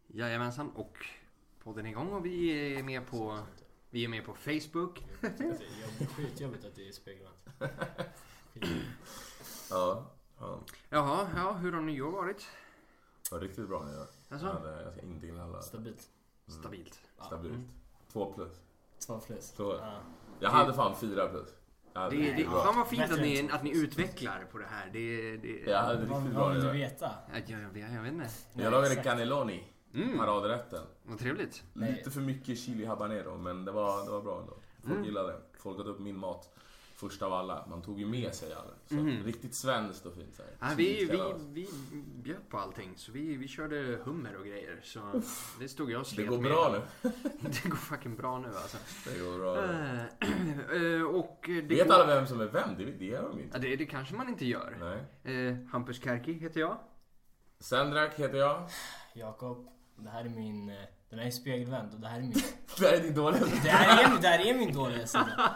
Jajamensan, och podden är igång och vi är med på Facebook. Skitjobbigt att det är spegelvänt. Ja, hur har nyår varit? Det var riktigt bra nyår. Alltså? Jag ska inte inhalla. Stabilt. Stabilt. 2+. 2+. Så, jag hade fan 4+. Det fan vad fint att ni utvecklar på det här. Jag hade riktigt bra Vad vill du nyår. veta? Jag vet inte. Jag lagade cannelloni. Paradrätten. Vad trevligt. Lite för mycket chili habanero, men det var bra ändå. Folk gillade det. Folk åt upp min mat först av alla. Man tog ju med sig alla. Så riktigt svenskt och fint så här. Ja, vi bjöd på allting. Så vi körde hummer och grejer. Så det stod jag och slet Det går med. bra nu. Det går fucking bra nu alltså. Det går bra. Och det Vet går... alla vem som är vem? Det gör de inte. Ja, det kanske man inte gör. Nej. Hampus Kärki heter jag. Sendrak heter jag. Jakob, det här är min... Den här är spegelvänd och det här är min... Det här är din dåliga sida. det här är min dåliga sida.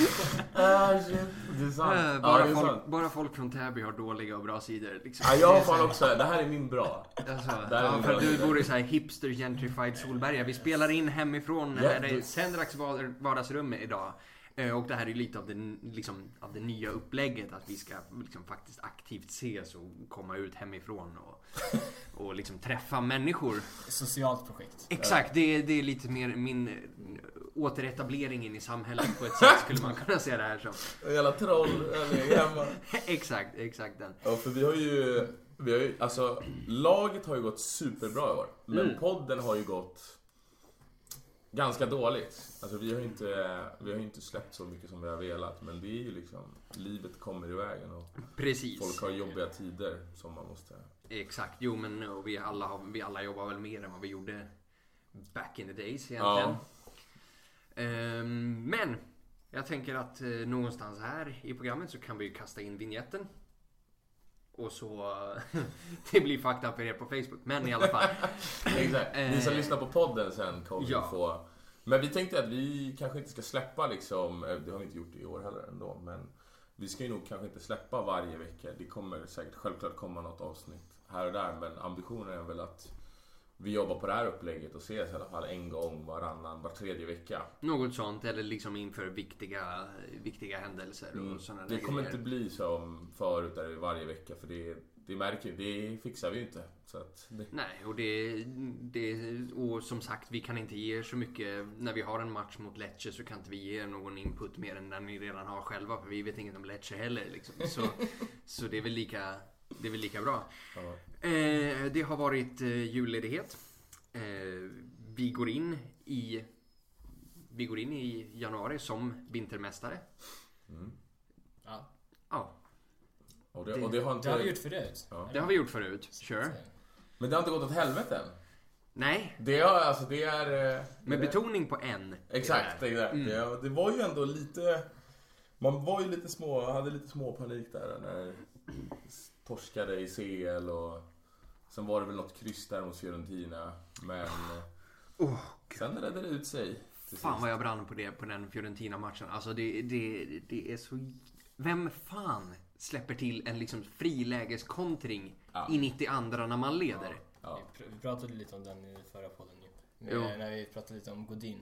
Shit. Det är sant. Bara folk från Täby har dåliga och bra sidor liksom. Ja, jag har fan också. Det här är min bra. Alltså, för du bor i så här hipster gentrified Solberga. Vi spelar in hemifrån Sendraks vardagsrum idag. Och det här är lite av det nya upplägget, att vi ska liksom faktiskt aktivt ses och komma ut hemifrån och liksom träffa människor. Socialt projekt. Exakt, det är lite mer min återetablering in i samhället på ett sätt, skulle man kunna säga det här som. En jävla troll hemma. Exakt den. Ja, för vi har ju alltså, laget har ju gått superbra i år. Men podden har ju gått ganska dåligt. Alltså vi har ju inte släppt så mycket som vi har velat, men det är ju liksom, livet kommer i vägen och precis. Folk har jobbiga tider som man måste. Exakt. Jo, men och vi alla jobbar väl mer än vad vi gjorde back in the days egentligen. Ja. Men jag tänker att någonstans här i programmet så kan vi ju kasta in vignetten. Och så det blir fucked up för er på Facebook, men i alla fall. Exakt. Ni som lyssnar på podden sen kommer få. Men vi tänkte att vi kanske inte ska släppa liksom, det har vi inte gjort i år heller ändå, men vi ska ju nog kanske inte släppa varje vecka. Det kommer säkert självklart komma något avsnitt här och där, men ambitionen är väl att vi jobbar på det här upplägget och ses i alla fall en gång var tredje vecka. Något sånt, eller liksom inför viktiga händelser och sådana. Det kommer inte bli som förut där varje vecka, för det fixar vi ju inte. Så att Nej, och som sagt, vi kan inte ge er så mycket. När vi har en match mot Lecce så kan inte vi ge er någon input mer än den ni redan har själva, för vi vet inget om Lecce heller liksom. Så det är väl lika bra. Ja. Det har varit julledighet. Vi går in i januari som vintermästare. Ja. Och det har vi gjort förut. Ja. Det har vi gjort förut. Sure. Men det har inte gått åt helvete än. Nej. Det är med betoning på en. Exakt. Det var ju ändå lite. Man var ju hade lite små panik där när torskade i CL, och sen var det väl något kryss där mot Fiorentina, men sen räddade det ut sig. Fan vad jag brann på den Fiorentina-matchen. Alltså det är så... Vem fan släpper till en liksom frilägeskontring i 92 när man leder? Ja. Vi pratade lite om den i förra podden ju. När vi pratade lite om Godin.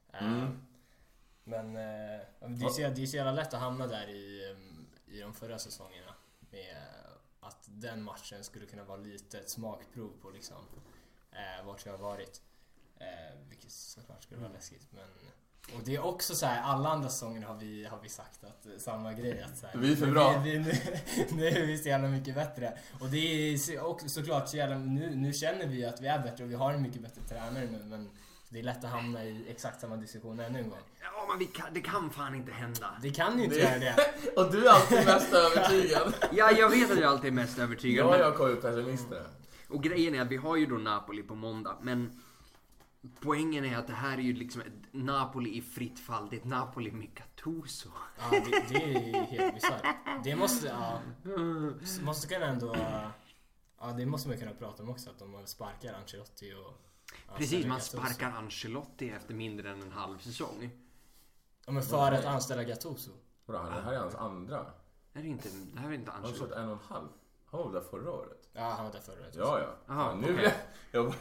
Men det är så jävla lätt att hamna där i de förra säsongerna med att den matchen skulle kunna vara lite ett smakprov på liksom vart vi har varit, vilket såklart skulle vara läskigt, men och det är också så här, alla andra säsonger har vi sagt att samma grej, att så här, vi är för bra. Nu är vi så jävla mycket bättre, och det är också såklart så jävla, nu känner vi att vi är bättre och vi har en mycket bättre tränare nu, men det är lätt att hamna i exakt samma diskussion ännu en gång. Ja, men det kan fan inte hända. Det kan ju inte göra det. Och du är alltid mest övertygad. Ja, jag vet att jag alltid är mest övertygad. Jag kommer ut pessimister. Och grejen är att vi har ju då Napoli på måndag, men poängen är att det här är ju liksom ett Napoli i fritt fall. Det är ett Napoli med Gattuso. Ja, det är helt bizarrt. Det måste kunna ändå... Ja, det måste man kunna prata om också, att de sparkar Ancelotti och... Precis, man sparkar Ancelotti efter mindre än en halv säsong. Ja, men för att anställa Gattuso. Det här är hans andra. Det här är inte Ancelotti. Han har kört 1,5. Han var där förra året. Ja, han var där förra året. Ja. Aha, nu okay.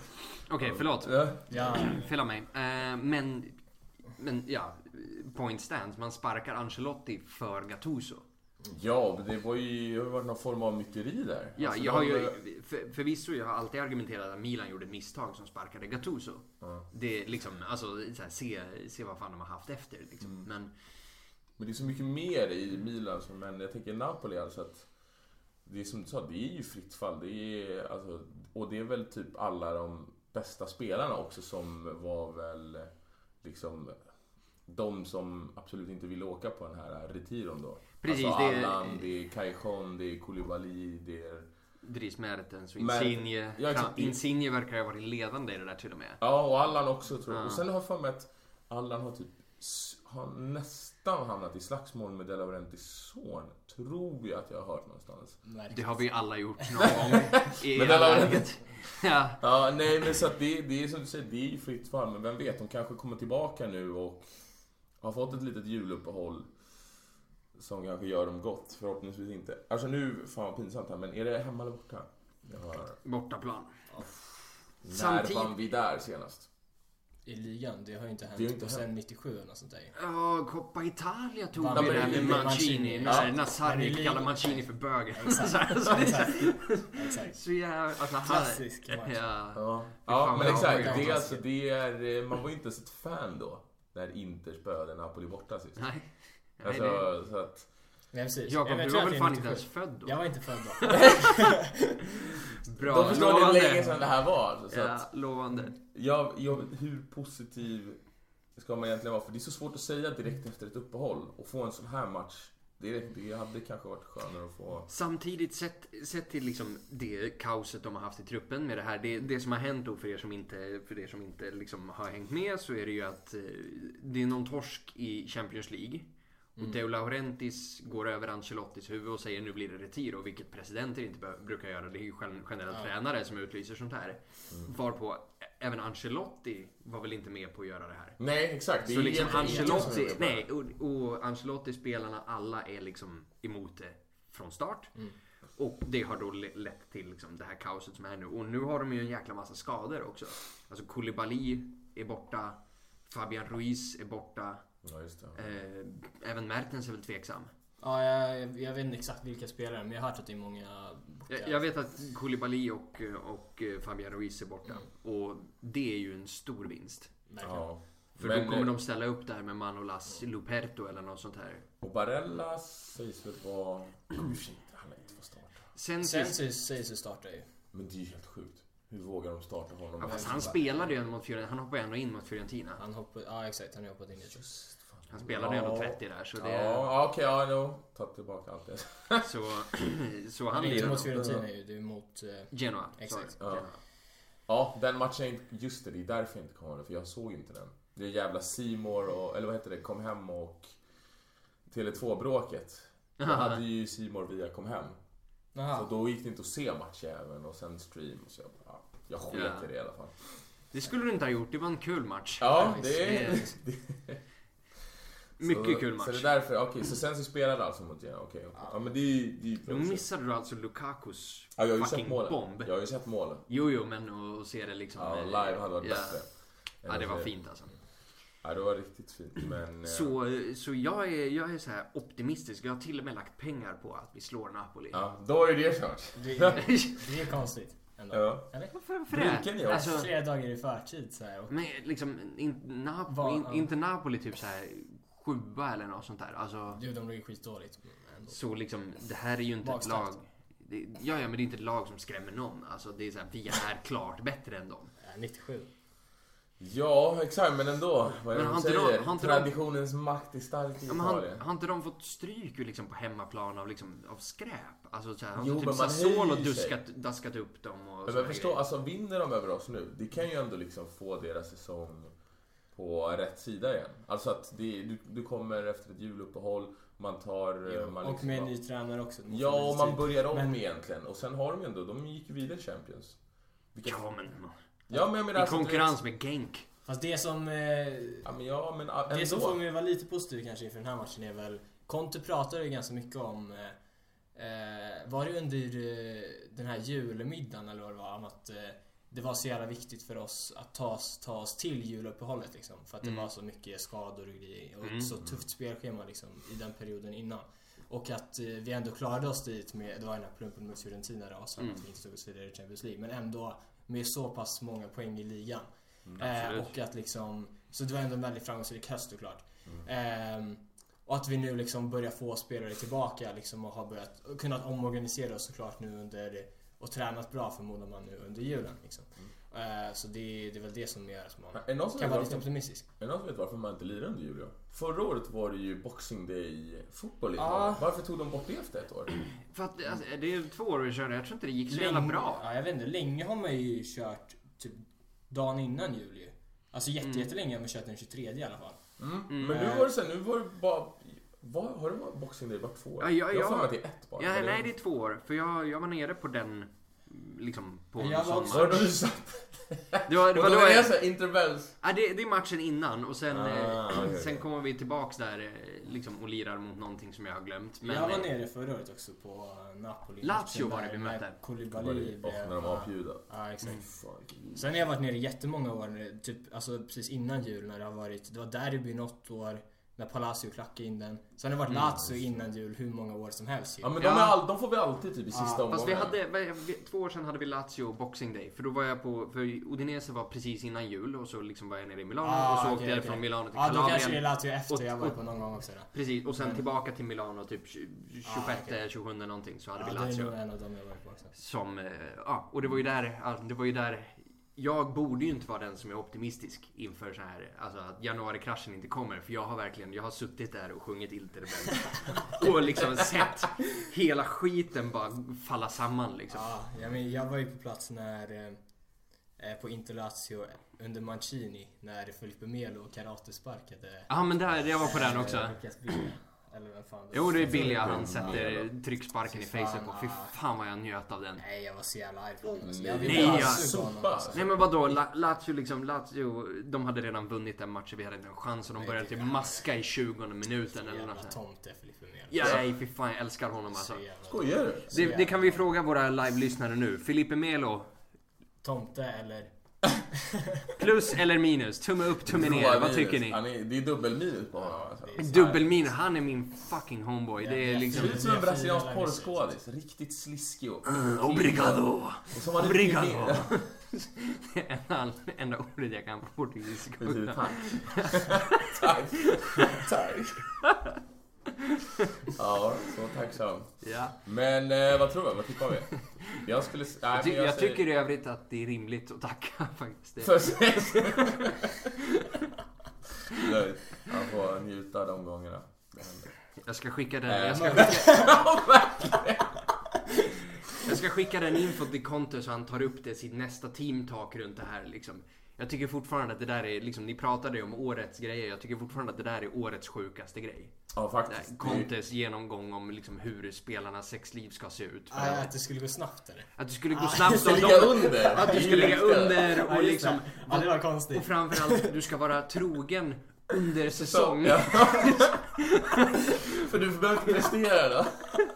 Okej, förlåt. Ja. Fel av mig. Men ja, point stands. Man sparkar Ancelotti för Gattuso. Ja, det har ju varit någon form av myteri där. Ja, alltså, jag har ju förvisso jag har alltid argumenterat att Milan gjorde ett misstag som sparkade Gattuso. Det är liksom, alltså så här, se vad fan de har haft efter liksom. Men det är så mycket mer i Milan, men jag tänker Napoli, alltså att det är som du sa, det är ju fritt fall. Det är, alltså, och det är väl typ alla de bästa spelarna också som var väl liksom de som absolut inte ville åka på den här retiron då. Precis, alltså Allan, det är Cajon, det är Koulibaly, det är Dries Mertens och Insigne. Insigne verkar ha varit ledande i det där till och med. Ja, och Allan också tror jag. Och sen har jag för mig att Allan har nästan hamnat i slagsmål med De Laurentiis son. Tror jag att jag har hört någonstans. Det har vi alla gjort någon gång. Men De Laurentiis... Ja, nej, men så att det är som du säger, det är ju fritt fall. Men vem vet, de kanske kommer tillbaka nu och har fått ett litet juluppehåll som kanske gör dem gott. Förhoppningsvis inte. Alltså nu, fan vad pinsamt här, men är det hemma eller borta? Bortaplan. När vann vi där senast? I ligan, det har ju inte hänt sen 97 eller något sånt där. Ja, Coppa Italia tog vi där med Mancini. När Sarri kallar Mancini för bögen. Exakt. Så jävla... Alltså, klassisk match. Ja, men exakt. Det är, man var ju inte så ett fan då när Inter spöade Napoli borta sist. Nej. Alltså, så att... Nej, precis. Jakob, du var väl fan inte ens född då? Jag var inte född då. Bra, då förstår ni hur länge sedan det här var. Alltså, så att, lovande. Hur positiv ska man egentligen vara? För det är så svårt att säga direkt efter ett uppehåll. Och få en sån här match, det hade kanske varit skönare att få. Samtidigt sett till liksom det kaoset de har haft i truppen med det här. Det som har hänt då för er som inte liksom har hängt med, så är det ju att det är någon torsk i Champions League. Och De Laurentiis går över Ancelottis huvud och säger nu blir det retiro, vilket presidenter inte brukar göra. Det är ju generellt tränare som utlyser sånt här. Varpå även Ancelotti var väl inte med på att göra det här. Nej, exakt. Det så liksom Ancelotti, och Ancelotti-spelarna alla är liksom emot det från start. Och det har då lett till liksom det här kaoset som är nu. Och nu har de ju en jäkla massa skador också. Alltså Koulibaly är borta, Fabian Ruiz är borta. Ja, just det. Även Mertens är väl tveksam. Ja, jag vet inte exakt vilka spelare, men jag har hört att det är många borta. Jag vet att Koulibaly och Fabian Ruiz är borta. Och det är ju en stor vinst. Ja. För då kommer de ställa upp där med Manolas Luperto eller något sånt här. Och Barella sägs väl vara... Han är inte får starta. Sensis sägs ju starta ju. Men det är ju helt sjukt. Hur vågar de starta honom? Ja, fast han spelade ju mot Fiorentina. Han hoppade ändå in mot Fiorentina. Exakt, han har hoppat in i det. Han spelade ju ändå 30 där, så det... Ja, okej, jag har nog tagit tillbaka allt det. så han är inte mot Fiorentina ju, det är mot... Genoa. Exakt. Ja, den matchen, just det är därför jag inte kom ihåg det, för jag såg inte den. Det är jävla Seymour och, eller vad heter det, Kom hem och Tele2-bråket. Jag hade ju Seymour via Kom hem. Aha. Så då gick det inte att se matchen även och sen stream. Så jag sket i det i alla fall. Det skulle du inte ha gjort, det var en kul match. Ja, det är... Mycket kul match. Så det är därför, så sen så spelade alltså mot Genoa, okej. Ja, men det är då missade du alltså Lukakus fucking bomb. Jag har ju sett målen. Jo, men att se det liksom... Ja, live hade varit bättre. Ja, det var fint alltså. Ja, det var riktigt fint, men... Så jag är så här optimistisk. Jag har till och med lagt pengar på att vi slår Napoli. Ja, då är det kört. Det är konstigt. Ändå. Ja. Eller? Varför det? Alltså, flera dagar i förtid så här. Men liksom inte Napoli typ så här 7 eller något sånt där. Alltså, jo, de låg ju skitdåligt ändå. Så liksom det här är ju inte ett lag. Men det är inte ett lag som skrämmer någon. Alltså det är så här, vi är klart bättre än dem. 97. Ja, exakt, men ändå. Vad men säger? Traditionens makt är stark i Italien. Har inte de fått stryk liksom på hemmaplan av skräp? Alltså så här, jo, typ Sassuolo daskat upp dem och men förstå, alltså vinner de över oss nu, det kan ju ändå liksom få deras säsong på rätt sida igen. Alltså att du kommer efter ett juluppehåll, man tar... Jo, man och med en ny tränare också. Ja, och man börjar om egentligen. Och sen har de ju ändå, de gick ju vidare Champions. Ja, men jag menar, i konkurrens med Genk. Fast det som... det som får mig vara lite positiv kanske inför den här matchen är väl... Conte pratade ju ganska mycket om... var det under den här julmiddagen eller vad det var? Om att det var så jävla viktigt för oss att ta oss till juluppehållet liksom, för att det var så mycket skador och grejer och ett så tufft spelschema liksom, i den perioden innan. Och att vi ändå klarade oss dit med, det var den här plumpen mot Fiorentina där och så att vi inte tog oss vidare i Champions League, men ändå med så pass många poäng i ligan. Och att liksom, så det var ändå en väldigt framgångsrik höst såklart. Och att vi nu liksom börjar få spelare tillbaka liksom, och har börjat kunnat omorganisera oss såklart nu under, och tränat bra förmodar man nu under julen liksom. Så det är väl det som gör att man kan vara lite optimistisk. Är det någon som vet varför man inte lirar under jul? Förra året var det ju Boxing Day fotboll. Varför tog de bort det efter ett år? För att alltså, det är 2 år vi körde. Jag tror inte det gick så jävla bra. Ja, jag vet inte. Länge har man ju kört typ dagen innan jul ju. Alltså jättelänge har man kört den 23 i alla fall. Men nu var det så här, nu var det bara... har det varit Boxing Day bara 2 år? Jag har att det är ett bara. Ja, nej, det är 2 år. För jag var nere på den liksom på jag sommar. Var det du satt? Det var så intervalls. Ja, det är matchen innan och sen kommer vi tillbaks där liksom och lirar mot någonting som jag har glömt. Men jag var nere förra året också på Napoli. Lazio var det vi mötte. Koulibaly när de avbjudade. Ja, exakt. Sen har jag varit nere jättemånga år typ, alltså precis innan jul när det har varit, det var derby något år när Palacio klackade in den. Sen har det varit Lazio innan jul hur många år som helst. Ja, men de får vi alltid typ i sista omgången. Fast vi hade 2 år sedan hade vi Lazio Boxing Day. För då var jag på, för Udinese var precis innan jul och så liksom var jag nere i Milano och så åkte jag från Milano till Kalabrien. Då kanske det är Lazio efter jag var på någon gång också då. Precis, och sen tillbaka till Milano typ 26-27 någonting så hade vi Lazio. Det är nog en av dem jag var på också. Som, och det var ju där jag borde ju inte vara den som är optimistisk inför så här, alltså att januari-kraschen inte kommer, för jag har suttit där och sjungit Ilter och liksom sett hela skiten bara falla samman liksom. Ja, men jag var ju på plats när på Inter Lazio under Mancini när Felipe Melo och karate sparkade. Ja, men jag var på den också. Eller vem fan Jo, det är Bilja, han sätter trycksparken i facet på. Fy fan vad jag njöt av den. Nej, jag var så jävla arg på honom. Nej, men vadå, Lazio, de hade redan vunnit den matchen. Vi hade inte en chans och de började typ maska i 20:e minuten eller något sånt. Tomte Felipe Melo. Ja, nej, fy fan, jag älskar honom alltså. Skojar du? Det kan vi fråga våra live-lyssnare nu. Felipe Melo. Tomte eller... Plus eller minus? Tumme upp, tumme ner. Vad tycker ni? Det är dubbelminus på honom alltså. Dubbelminus, han är min fucking homeboy. Det är liksom... Det är som en brasiliansk porrskådis. Riktigt sliskig och... Obrigado! Obrigado! Det är det enda ordet jag kan på portugisiska. Tack. Ja, så tacksam. Ja. Men vad tror du? Vad tippar vi? Jag tycker i övrigt att det är rimligt att tacka faktiskt. För sex. Han får njuta de gångerna. Jag ska skicka den. Jag ska skicka den info till Conte så han tar upp det sitt nästa teamtalk runt det här liksom. Jag tycker fortfarande att det där är liksom, ni pratade ju om årets grejer. Jag tycker fortfarande att det där är årets sjukaste grej. Ja, faktiskt. Contes genomgång om liksom hur spelarnas sexliv ska se ut. Att det skulle gå snabbt eller? Att det skulle gå snabbt. Att du skulle ligga under och liksom... Ja, det var konstigt. Och framförallt, du ska vara trogen under säsong. Ja. För du behöver inte prestera då.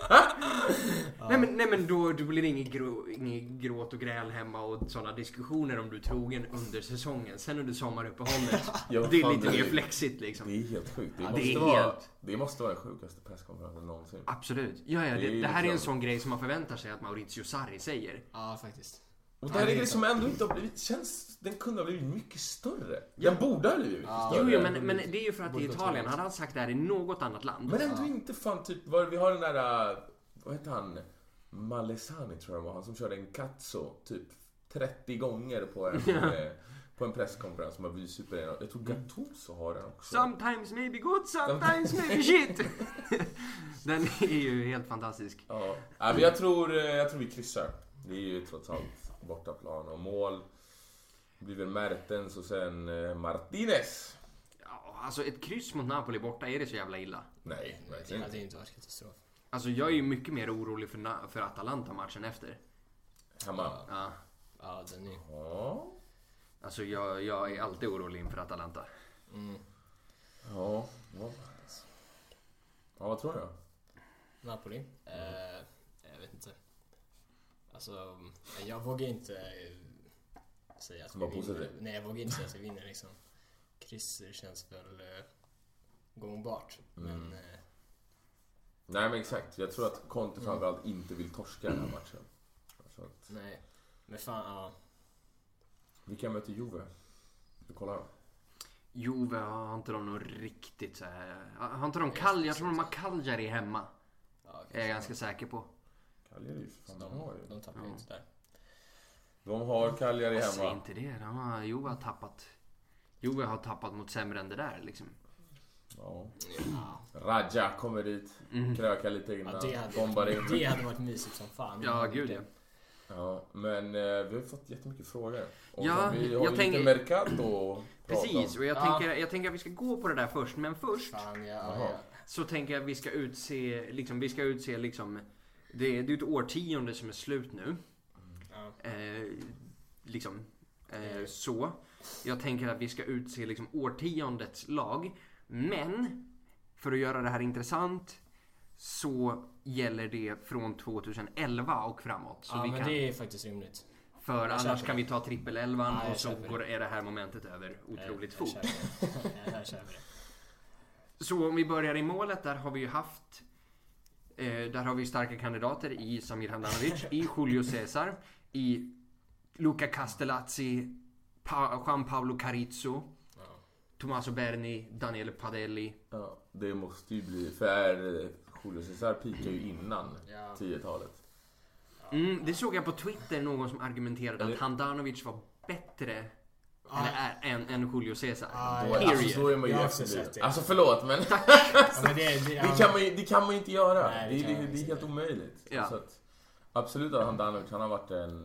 Nej men då blir det inget gråt och gräl hemma och sådana diskussioner om du är trogen under säsongen. Sen under sommaruppehållet. Det är lite mer flexigt liksom. Det är helt sjukt. Det måste vara den sjukaste presskonferensen någonsin. Absolut. Ja, det här är en sån grej som man förväntar sig att Maurizio Sarri säger. Ja, faktiskt. Och det här är en grej som ändå inte har blivit... den kunde ha blivit mycket större. Den borde ha blivit större. Jo, men det är ju för att i Italien hade han sagt det här i något annat land. Men ändå inte fan typ... Vi har den där... Vad heter han? Malesani tror jag var. Han som körde en cazzo typ 30 gånger på en presskonferens som har blivit super. Jag tror Gattuso har den också. Sometimes maybe good, sometimes maybe shit. Den är ju helt fantastisk. Ja, men jag tror vi kryssar. Det är ju trots allt bortaplan och mål. Det blir väl Mertens och sen Martinez. Ja, alltså ett kryss mot Napoli borta, är det så jävla illa? Nej, det hade inte varit katastrof. Alltså jag är ju mycket mer orolig för Atalanta-matchen efter. Hemma? Ja, den är... Ja. Alltså jag är alltid orolig inför Atalanta. Ja, vad tror du då? Napoli? Jag vet inte. Alltså, jag vågar inte säga att vi vinner. Nej, jag vågar inte säga att vi vinner liksom. Kryss känns väl gångbart. Men... Nej, men exakt. Jag tror att Conte framförallt inte vill torska den här matchen. Så att... Nej, men fan, ja. Vilka möter Juve? Du kollar då. Juve har inte de nog riktigt så här. Har inte de Cagliari? Jag tror de har Cagliari hemma. Ja, är jag ganska säker på. Cagliari, fan, de tappar ju inte där. De har Cagliari hemma. Säg inte det. Juve har tappat mot sämre än det där liksom. Ja. Raja kommer dit, krökar lite innan, bombar in. Det hade varit mysigt som fan. Ja, gud ja. Ja, men vi har fått jättemycket frågor. Och ja, vi har lite Mercato. Precis, och jag tänker att vi ska gå på det där först. Men först så tänker jag att vi ska utse liksom, det är ett årtionde som är slut nu. Så jag tänker att vi ska utse liksom årtiondets lag. Men för att göra det här intressant så gäller det från 2011 och framåt. Så ja, men det är faktiskt rimligt. För annars kan vi ta trippel-11 och så är det här momentet över otroligt fort. Så om vi börjar i målet, där har vi ju haft starka kandidater i Samir Handanovic, i Julio Cesar, i Luca Castellazzi, Juan Paolo Carizzo, Tommaso Berni, Daniele Padelli. Ja, det måste ju bli, för Julio Cesar pikar ju innan 10-talet. Det såg jag på Twitter, någon som argumenterade att Handanovic var bättre än Julio Cesar. Så är man ju alltså förlåt, men det kan man ju inte göra. Nej, det är helt omöjligt. Ja. Så att, absolut att Handanovic, han har varit en...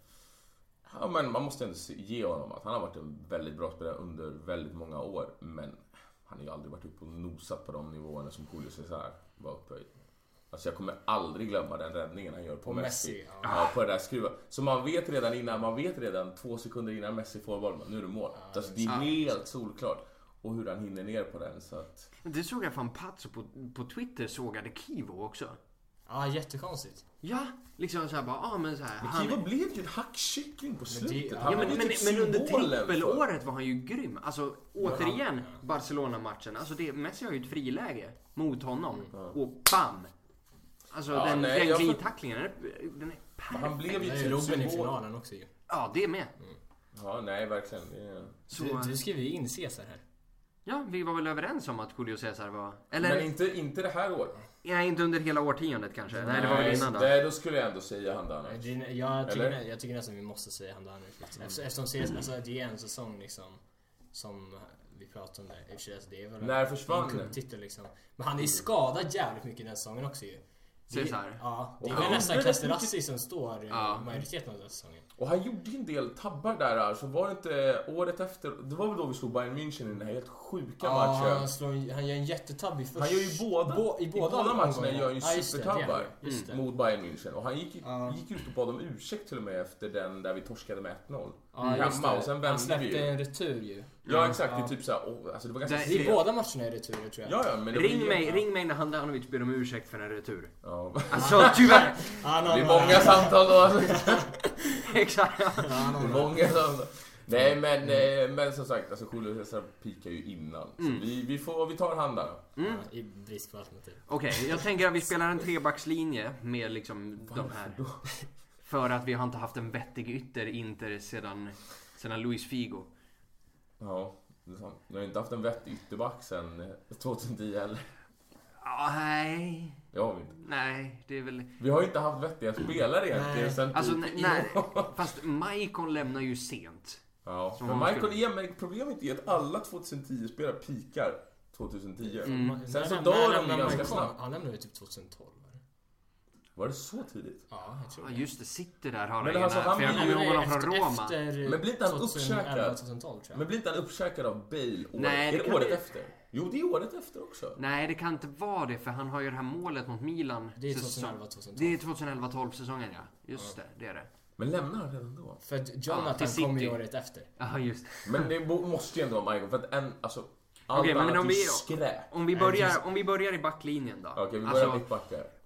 Ja, men man måste ändå ge honom att han har varit en väldigt bra spelare under väldigt många år. Men han har ju aldrig varit uppe och nosat på de nivåerna som Julio Cesar var uppe i. Alltså jag kommer aldrig glömma den räddningen han gör på Messi. Ja, på det där skruva. Så man vet redan 2 sekunder innan Messi får bollen, nu är det mål. Alltså det är helt solklart. Och hur han hinner ner på den. Så att... Det såg jag från Pazzo på Twitter, sågade Kivo också. Ja, jättekonstigt. Ja, liksom såhär bara, men så här. Men Kivo blev ju en hackkyckling på slutet. Men under trippelåret var han ju grym. Alltså återigen, Barcelona-matchen. Alltså Messi har ju ett friläge mot honom. Och bam! Alltså den glidtacklingen, den är perfekt. Han blev ju typ Robin i finalen också ju. Ja, det är med. Ja, nej, verkligen. Du skrev ju in Cesar här. Ja, vi var väl överens om att Julio Cesar var... Eller... Men inte det här året. Nej, inte under hela årtiondet kanske. Nej, det var väl innan då. Nej, då skulle jag ändå säga Handanovic. Jag tycker nästan vi måste säga Handanovic. Eftersom Cesar, alltså det är en säsong liksom som vi pratade om där. Det är väl när försvann titel liksom. Men han är skadad jävligt mycket den här säsongen också ju. Cesar. Ja, det är väl nästan Castellazzi som står i majoriteten av den säsongen. Och han gjorde en del tabbar där, alltså var det inte året efter, det var väl då vi slog Bayern München i den här helt sjuka matchen. Han gör en jättetabb i Han gör ju båda matcherna gör ju supertabbar mot Bayern München. Och han gick ut och bad om ursäkt till och med efter den där vi torskade med 1-0. Hemma, och sen vände han släppte en retur ju. Ja, exakt, det är typ såhär, alltså det var ganska i båda matcherna är retur, tror jag. Ja, men ring mig när Handanovic ber om ursäkt för en retur. Ja. Alltså tyvärr. Det är många samtal då. Exakt. Det är många samtal. Nej, men som sagt, alltså Julio Cesar pikar ju innan. Så vi tar hand där. I brist på alternativ. Okej, jag tänker att vi spelar en trebackslinje med liksom de här. För att vi har inte haft en vettig ytter sedan Luis Figo. Ja, det är sant. Vi har inte haft en vettig ytterback sedan 2010 heller. Nej. Det har vi inte. Nej, det är väl... Vi har ju inte haft vettiga spelare egentligen sen alltså, nej. Fast Maicon lämnar ju sent. Ja, men Maicon problemet är att alla 2010-spelare pikar 2010. Sen så dör de ganska snabbt. Han lämnade ju typ 2012. Var det så tidigt? Ja, jag tror det. Ja, just det, sitter där har men alltså, för jag kommer ihåg honom från Roma. Men blir inte han uppkäkad? 2012, tror jag. Men blir inte han uppkäkad av Bale året? Nej, är det året efter? Jo, det är året efter också. Nej, det kan inte vara det, för han har ju det här målet mot Milan. Det är 2011-2012. Det är 2011-12 säsongen, ja. Just det är det. Men lämnar han redan då? För att Jonathan kom ju året efter. Ja, just det. Men det måste ju ändå vara Michael, för att okej, men om vi börjar i backlinjen då. Okej, vi börjar mittbackar.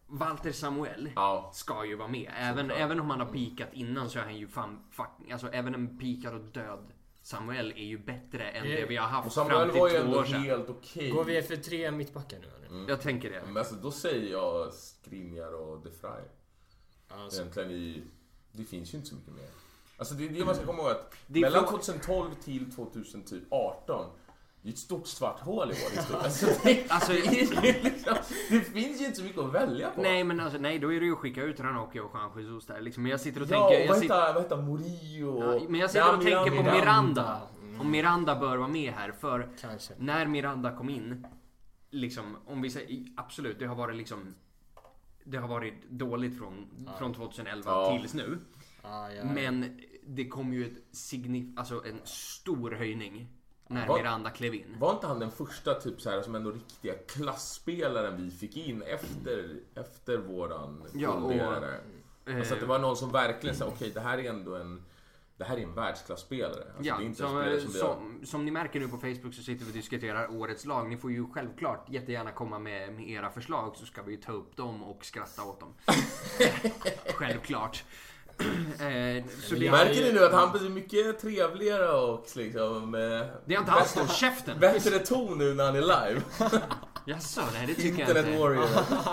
Walter Samuel ska ju vara med. Även om han har pikat innan så är han ju alltså även en pikad och död Samuel är ju bättre än det vi har haft fram till 2 år sedan. Helt okej. Går vi för 3 mittbackar nu eller? Jag tänker det. Men alltså, då säger jag Skriniar och De Vrij. Alltså. Egentligen det finns ju inte så mycket mer. Alltså det är det man ska komma ihåg att mellan 2012 till 2018 det är ett stort svart hål i vår historia. Det finns ju inte så mycket att välja på. Nej, men alltså, då är det ju att skicka ut Ranocchio och Juan Jesus där. Liksom. Men jag sitter och tänker... vad heter Murillo? Ja, men jag sitter och tänker på Miranda. Om Miranda bör vara med här. För när Miranda kom in, liksom, om vi säger, absolut, det har varit liksom... Det har varit dåligt från 2011 tills nu. Men det kom ju en stor höjning när Miranda klev in. Var inte han den första typ så här som ändå riktiga klassspelaren vi fick in efter våran gulddelare? Alltså att det var någon som verkligen sa okej, det här är ändå en världsklasspelare. Alltså, det är inte som ni märker nu på Facebook så sitter vi och diskuterar årets lag. Ni får ju självklart jättegärna komma med era förslag så ska vi ju ta upp dem och skratta åt dem. Självklart. Så märker ni nu att han blir mycket trevligare och liksom det är inte alls någon käften. Bättre ton nu när han är live. Jaså, det tycker Internet jag inte. Warrior.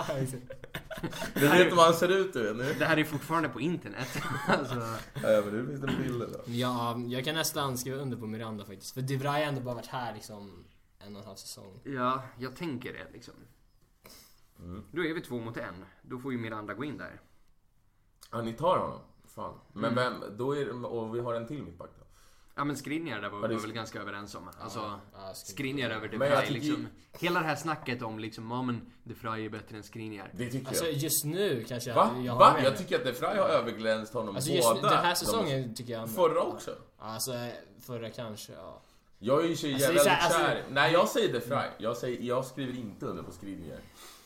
Det vet inte vad han ser ut nu. Det här är fortfarande på internet. Alltså. Ja, men det finns en bild då. Ja, jag kan nästan skriva under på Miranda faktiskt. För De Vrij har ändå bara varit här liksom 1,5 säsong. Ja, jag tänker det liksom. Då är vi 2 mot 1. Då får ju Miranda gå in där. Ja, ni tar honom. Fan. Men vem, då är det, och vi har en till mittback då. Ja, men Skriniar där var vi väl ganska överens om. Alltså, Skriniar över De Vrij liksom. Hela det här snacket om liksom, men De Vrij är bättre än Skriniar. Det tycker alltså, jag. Just nu kanske Jag tycker att De Vrij har överglänst honom båda. Den här säsongen tycker jag. Förra också. Alltså, förra kanske, ja. Jag är ju så jävla kär. Nej, jag säger De Vrij. Jag skriver inte under på Skriniar.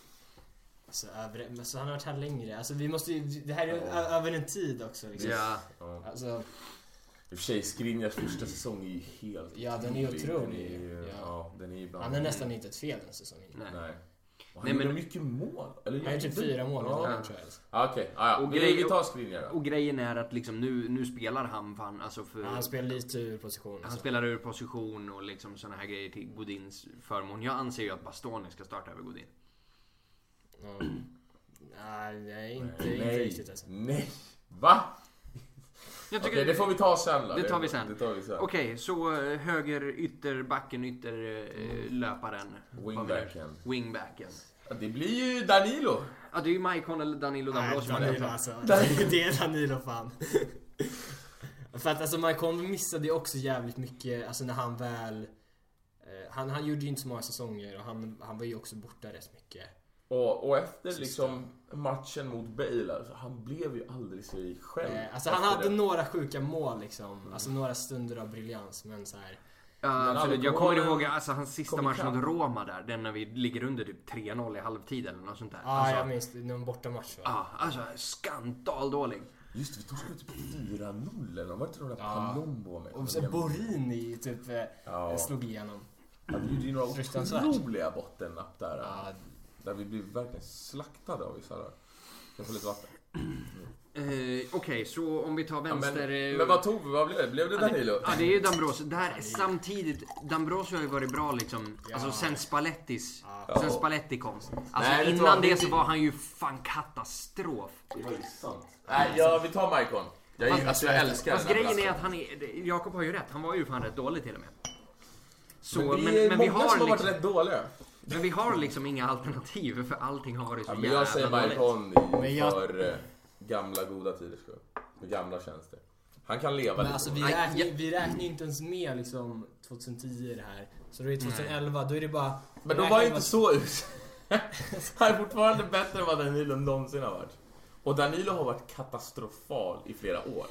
Alltså, han har varit här längre. Alltså, vi måste ju, det här är över en tid också liksom. Ja. Alltså, i och för sig, Skriniars första säsong är ju helt... Ja, den är ju otrolig. Den är han är nästan inte ett fel den säsongen. Nej. Och han gjorde mycket mål. Eller han är typ 4 mål. Okej. Vi tar Skriniar då. Och grejen är att liksom, nu spelar han alltså för... Han spelar lite ur position. Han spelar ur position och liksom såna här grejer till Godins förmån. Jag anser ju att Bastoni ska starta över Godin. Nej, inte riktigt alltså. Nej, va? Okej, det får vi ta sen då. Det tar vi sen. Okej, så höger ytterbacken, löparen. Wingbacken. Det blir ju Danilo. Ja, det är ju Maicon eller Danilo D'Ambrosio. Danilo alltså. Det är Danilo fan. För att alltså Maicon missade ju också jävligt mycket. Alltså när han väl... Han gjorde ju inte så många säsonger och han var ju också borta rätt mycket. Och efter liksom matchen mot Bale, alltså, han blev ju aldrig sig själv. Alltså han hade några sjuka mål liksom. Alltså några stunder av briljans, men så här. Ja, absolut. Jag kommer ihåg alltså, hans sista match mot Roma där. Den när vi ligger under typ 3-0 i halvtid eller något sånt där. Ja, alltså, jag minns det. Någon bortamatch va? Ja, alltså skandaldålig. Just det, vi tog typ 4-0 eller vad tror du att Palombo med? Och så Borini typ slog igenom. Ja, det gjorde ju några otroliga bottennapp där. Ja. Där vi blev verkligen slaktade av vissa där. Jag får lite vatten. Okej, så om vi tar vänster... Men vad blev det? Blev det Danilo? Ja, det är ju D'Ambrosio. Där samtidigt, D'Ambrosio har ju varit bra liksom. Alltså sen Spalletti kom. Alltså nej, innan det så var han ju fan katastrof. Det var ju sant. Nej, vi tar Maicon. Jag älskar den. Grejen är att Jakob har ju rätt. Han var ju fan rätt dålig till och med. Så, men vi har som har varit rätt dåliga. Men vi har liksom inga alternativ för allting har varit så jävla dåligt. Jag säger Maicon för gamla goda tider med gamla tjänster. Han kan leva lite. Alltså, vi räknar inte ens med liksom 2010 det här. Så då är det 2011, då är det bara... Men de var inte så ut. Han är fortfarande bättre än vad Danilo någonsin har varit. Och Danilo har varit katastrofal i flera år.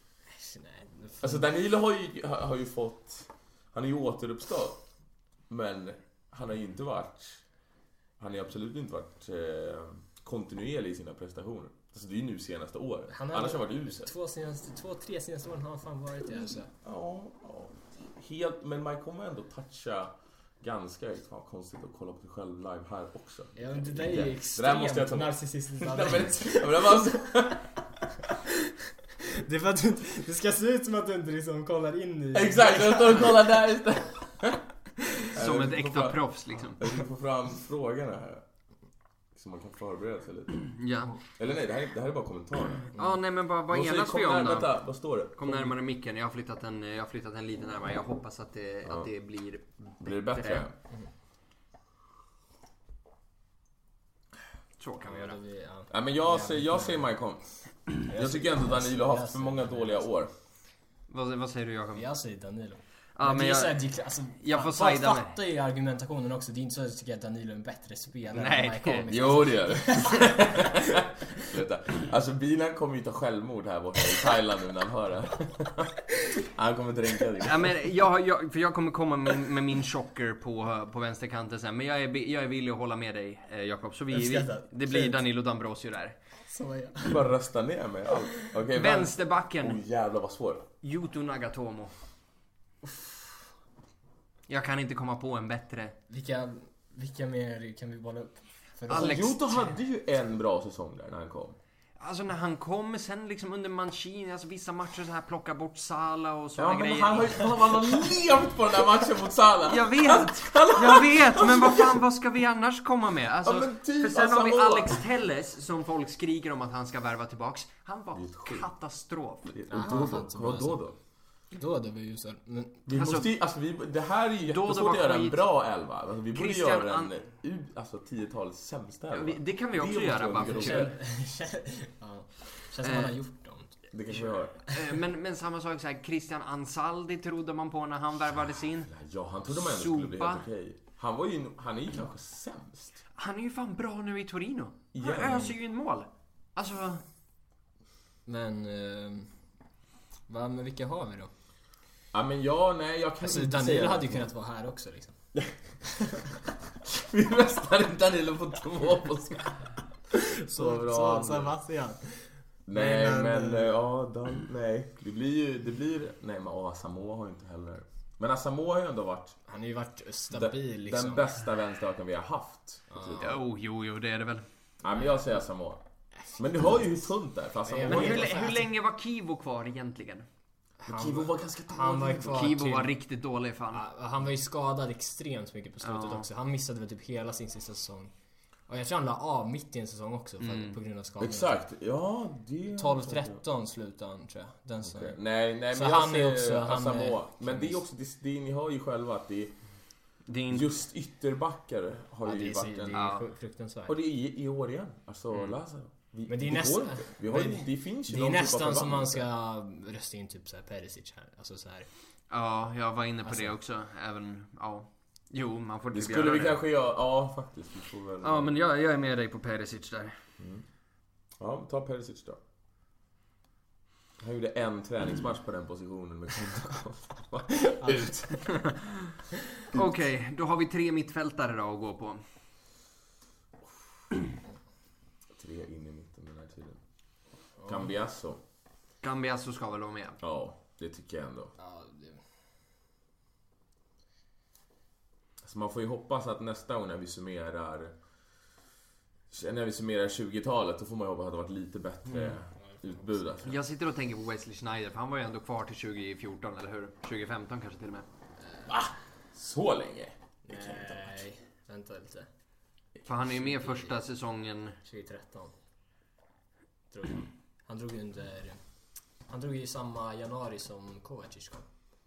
Alltså Danilo har ju fått... Han är ju återuppstådd. Men han har ju inte varit... Han har absolut inte varit kontinuerlig i sina prestationer. Alltså det är ju nu senaste året. Annars har varit usel. 2-3 senaste åren har han fan varit det alltså. Ja. Helt, men man kommer ändå toucha ganska högt. Fan, konstigt att kolla på sig själv live här också. Ja, men det där är ju extremt narcissistiskt. Det är för att det ska se ut som att du inte liksom kollar in i... Exakt, jag står och kollar där istället. Som ett äkta proffs liksom. Jag ska få fram frågorna här. Så man kan förbereda sig lite. Ja. Eller nej, det här är bara kommentarer. Ja, nej men vad enas vi om då? Vänta, vad står det? Kom närmare micken, jag har flyttat den lite närmare. Jag hoppas att det blir det bättre? Så kan vi göra. Ja, men jag säger Maikon. Jag tycker inte att Danilo har haft för många dåliga år. Vad säger du, Jakob? Jag säger Danilo. Ja, men jag får säga jag fattar ju argumentationen också. Det är inte så att jag tycker att Danilo är en bättre spelare. Nej, jo det gör det. Alltså bilen kommer ju ta självmord här borta i Thailand nu när han hör det. Han kommer dränka det. Ja, men jag kommer komma med min chocker på vänsterkanten sen. Men jag är villig att hålla med dig, Jakob. Så det blir Danilo D'Ambrosio där. Så är jag. Bara rösta ner mig allt. Okay, vänsterbacken. Jävlar vad svår. Yuto Nagatomo. Jag kan inte komma på en bättre. Vilka mer kan vi bolla upp? Yuto hade ju en bra säsong där när han kom. Alltså när han kom, sen liksom under Mancini, alltså vissa matcher så här plocka bort Salah och såna grejer. Ja, men han har levt på den där matchen mot Salah. Jag vet, men vad ska vi annars komma med? Alltså, för sen har vi Alex Telles som folk skriker om att han ska värva tillbaks. Han var katastrof. Vad då? Då hade vi ju så. Men vi måste det här är ju jättesvårt att göra en bra 11. Alltså, vi borde göra en 10-talets sämsta 11. Det kan vi också göra bara för kul. Känns som man har gjort dem. Det kanske vi har. Men samma sak så här, Christian Ansaldi trodde man på när han värvades in. Ja, han trodde man ändå skulle bli helt okej. Han är ju kanske sämst. Han är ju fan bra nu i Torino. Han öser ju in mål. Alltså. Men vilka har vi då? Ja, men jag kan inte Danilo hade ju kunnat vara här också liksom. Vi röstar inte Danilo på 2 på så bra. Så Sebastian. Nej, men nej. Det blir nej, men Asamoah har ju inte heller. Men Asamoah har ju ändå varit. Han har ju varit stabil liksom. Den bästa vänsterbacken vi har haft. Jo, det är det väl. Ja, men jag säger Asamoah. Men du har ju hur tunt där. Men hur länge var Kivo kvar egentligen? Kivo var ganska dålig. Kivo var riktigt dålig fan. Han var ju skadad extremt mycket på slutet också. Han missade väl typ hela sin sista säsong. Och jag tror han la av mitt i en säsong också på grund av skador. Exakt. Ja, det 12-13 slutade han tror jag. Den så. Okay. Nej, men så jag han ser är också Asamoah. Men det är också ni hör ju själva att det är just ytterbackar har ju varit det är fruktansvärt. Och det är i år igen. Alltså Lazaro. Men det är nästan det finns ju det är nästan som man ska rösta in typ så här Perisic här, alltså så här. Ja, jag var inne på det också även Jo, man får det skulle vi kanske göra faktiskt vi får väl. Ja, men jag är med dig på Perisic där. Ja, ta Perisic då. Han gjorde en träningsmatch på den positionen med ut. Okej, då har vi 3 mittfältare då att gå på. 3 in i mitten den här tiden. Cambiasso ska väl vara med? Ja, det tycker jag ändå. Så man får ju hoppas att nästa gång när vi summerar 20-talet, då får man ju hoppas att det varit lite bättre utbud. Alltså. Jag sitter och tänker på Wesley Sneijder, för han var ju ändå kvar till 2014, eller hur? 2015 kanske till och med. Så länge? Nej, vänta lite. För han är ju med första säsongen 2013. Tror jag. Han drog ju samma januari som Kovacic kom.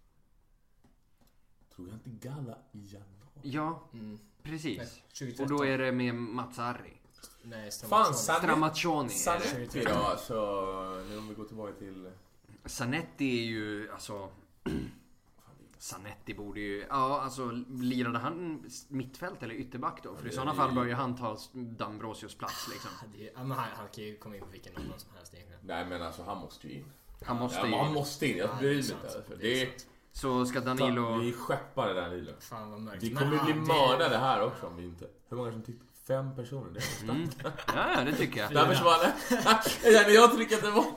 Tror jag inte Galla i januari? Ja, precis. Nej, och då är det med Mazzarri. Nej, Stramaccioni. Zanetti då, så nu om vi går tillbaka till Zanetti är ju alltså Zanetti borde ju lirade han mittfält eller ytterback då? För i sådana fall bör ju han ta D'Ambrosios plats liksom. Han kan ju komma in på vilken annan som helst egentligen. Nej, men alltså han måste ju in. Han måste in. Jag bryr mig inte för det. Så ska Danilo... Vi skeppar Danilo. Fan vad mörkt. Vi kommer bli mördade här också om vi inte. Hur många som tittar? 5 personer, det är Ja, det tycker jag. Där försvann det. Jag tycker att det var...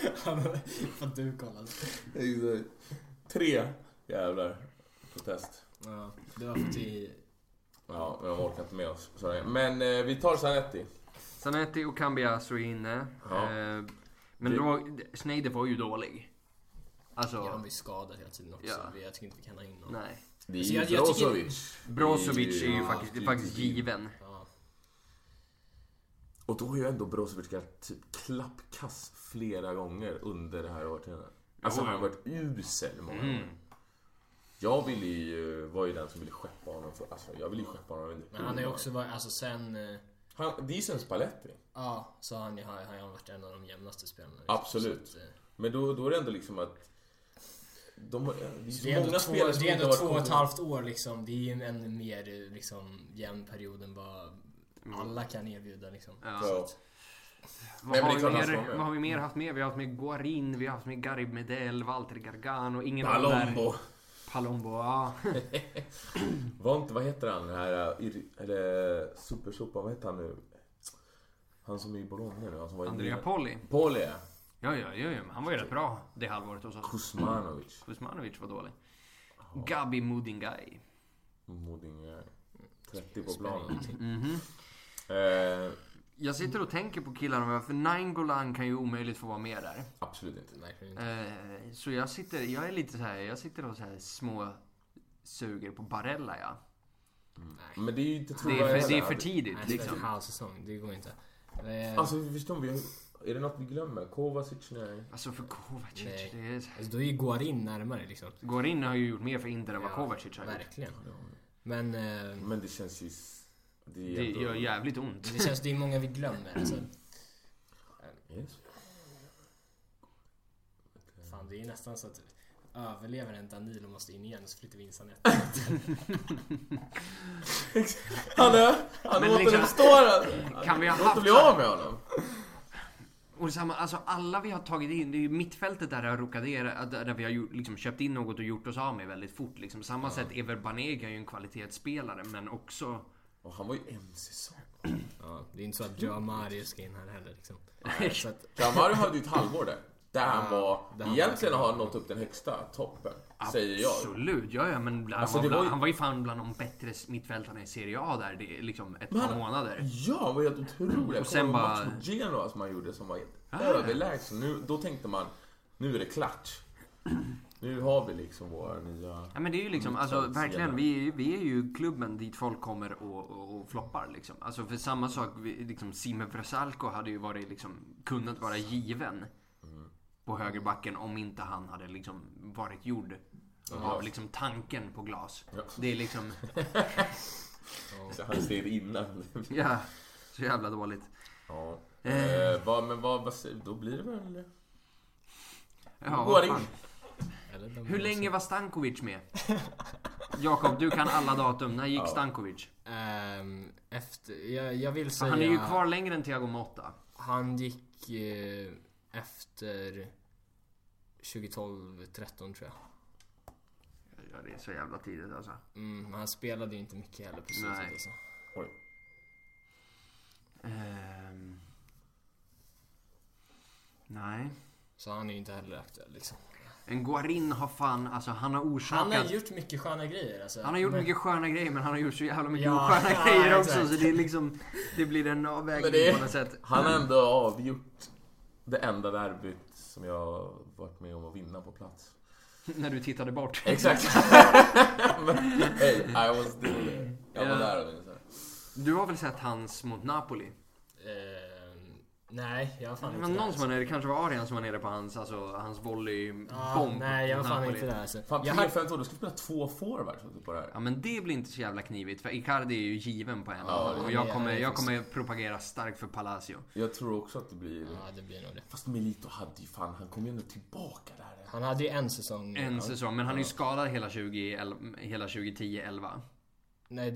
För att du kollade. 3 jävlar protest. Ja, det var för till... Ja, men de orkar inte med oss. Men vi tar Zanetti. Zanetti och Cambiasso är inne. Ja. Men då, Schneider var ju dålig. Alltså, Ja, han blir skadad hela tiden också. Ja. Jag tycker inte vi kan ha in någon. nej. Det är ju Brozovic är ju faktiskt given. Ja. Och då har ju ändå Brozovic typ klappkass flera gånger under det här årtiondet. Alltså han har varit usel många gånger. Jag ville ju, var ju den som ville skeppa honom för, alltså jag ville ju skeppa honom. Men han är också varit, alltså sen... Det är sen Spalletti. Ja, så har han varit en av de jämnaste spelarna. Absolut. Så att, Men då är det ändå liksom att det är ändå 2,5 år liksom. Det är ju en mer liksom jämn period än vad alla kan erbjuda liksom. Ja. Ja. Vad har vi mer haft med? Vi har haft med Guarin, vi har haft med Garib Medel, Walter Gargano, ingen Palombo, ja. Vad heter han här, eller Supersopa, vad heter han nu? Han som är i Bologna nu, han som var Andrea Poli, ja. Ja, han var ju rätt bra det halvåret hos oss. Kuzmanovic var dålig. Gabi Mudingai, 30 på planen. Jag sitter och tänker på killarna, för Nainggolan kan ju omöjligt få vara med där. Absolut inte. Så jag är lite så här, jag sitter och så här små suger på Barella, ja. Men det är ju inte det är för tidigt liksom. En halv säsong, det går inte. Alltså förstår vi, är det något vi glömmer? Kovacic, nej. Alltså för Kovacic, det är... Alltså då är ju Guarin närmare liksom. Guarin har ju gjort mer för Inter än vad Kovacic har gjort. Verkligen. Men det känns ju... Det gör jävligt ont. Det är många vi glömmer alltså. Yes. Fan, det är nästan så att överlevaren Danilo måste in igen, så flyttar vi in Zanetti. Han återuppstår. Kan vi ha haft bli av med honom? Och samma, alltså alla vi har tagit in, det är ju mittfältet där där vi har liksom köpt in något och gjort oss av med väldigt fort liksom. Samma sätt, Ever Banega är ju en kvalitetsspelare, men också... Och han var ju en säsong. Ja, det är inte så att Joao Mario ska in här heller liksom. Så att... Joao Mario hade ju ett halvår där han var... Egentligen har han nått upp den högsta toppen, säger jag. Absolut, ja, men han var ju fan bland de bättre mittfältarna i Serie A där, det är liksom ett par månader. Ja, han var helt otroligt. Och sen bara... match mot Genoa som han gjorde som var helt överlägsen. Då tänkte man, nu är det klart. Nu har vi liksom våra nya... Ja, men det är ju liksom, alltså verkligen, vi är ju klubben dit folk kommer och floppar liksom. Alltså för samma sak, liksom Sime Vrsaljko hade ju varit liksom, kunnat vara given på högerbacken om inte han hade liksom varit gjord av liksom tanken på glas. Ja. Det är liksom... Så han steg innan. Ja, så jävla dåligt. Ja. Då blir det väl... Ja, hur länge var Stankovic med? Jakob, du kan alla datum. När gick Stankovic? Jag vill säga... Han är ju kvar längre än Thiago Motta. Han gick efter 2012-13 tror jag. Ja, det är så jävla tidigt alltså. Men han spelade ju inte mycket heller på slutet alltså. Oj. Nej. Så han är ju inte heller aktuell liksom. En Guarin har fan, alltså han har orsakat... Han har gjort mycket sköna grejer alltså. Han har gjort mycket sköna grejer, men han har gjort så jävla mycket osköna grejer också. Så det är liksom, det blir en avvägning på något sätt. Han har ändå avgjort det enda derbyt som jag har varit med om att vinna på plats. När du tittade bort. Exakt. Hey, I was there. Jag var där. Du har väl sett hans mot Napoli? Nej, jag var fan inte där. Någon som var nere, det kanske var Arian som var nere på hans volleybomb. Nej, jag var fan inte där alltså. Fan, 3-5 år, du ska spela 2 forwards på det här. Ja, men det blir inte så jävla knivigt, för Icardi är ju given på en. Och jag kommer propagera starkt för Palacio. Jag tror också att det blir... Ja, det blir nog det. Fast Milito hade ju fan, han kom ju ändå tillbaka där. Han hade ju en säsong. Men han är ju skadad hela 2010-11. Nej,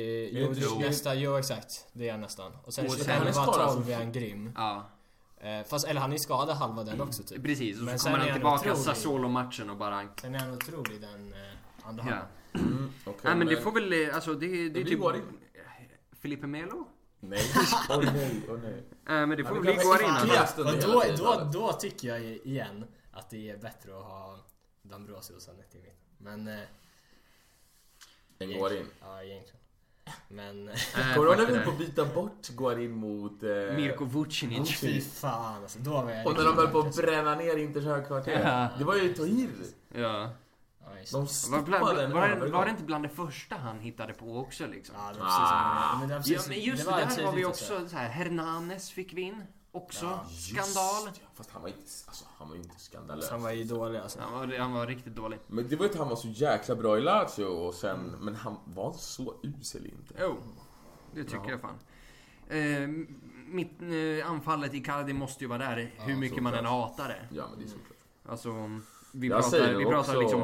exakt. Det är nästan. Och sen han var 12 är han grym. Ja. Fast han är skadad halva den också typ. Precis, och så kommer han tillbaka Sassuolo-matchen och bara... Sen är han otrolig den andra halvan. Okay, nej, men det får väl... Alltså, det är typ... Felipe Melo? Nej. Nej. Men det får väl bli Guarin. Då tycker jag igen att det är bättre att ha D'Ambrosio och Zanetti i mitten. Men... En Guarin. Ja, egentligen. Men... Kommer du ihåg när vi på byta bort Guarin mot... Mirko Vucinic. Fy fan, alltså. Då var jag... Och när de höll på att bränna ner Inters högkvarter. Ja. Det var ju Tohir. Ja. De stoppade den. Var det inte bland det första han hittade på också liksom? Ja, det var precis. Men just det där var vi också så här, Hernanes fick vi in. Också skandal. Fast han var inte skandalös. Han var ju dålig alltså. Han var riktigt dålig. Men det var ju att han var så jäkla bra i Lazio och sen, men han var inte så usel inte. Jo, det tycker jag fan. Mitt anfallet i Icardi måste ju vara där hur mycket man än hatar det. Ja, men det är såklart. Alltså vi pratar också... liksom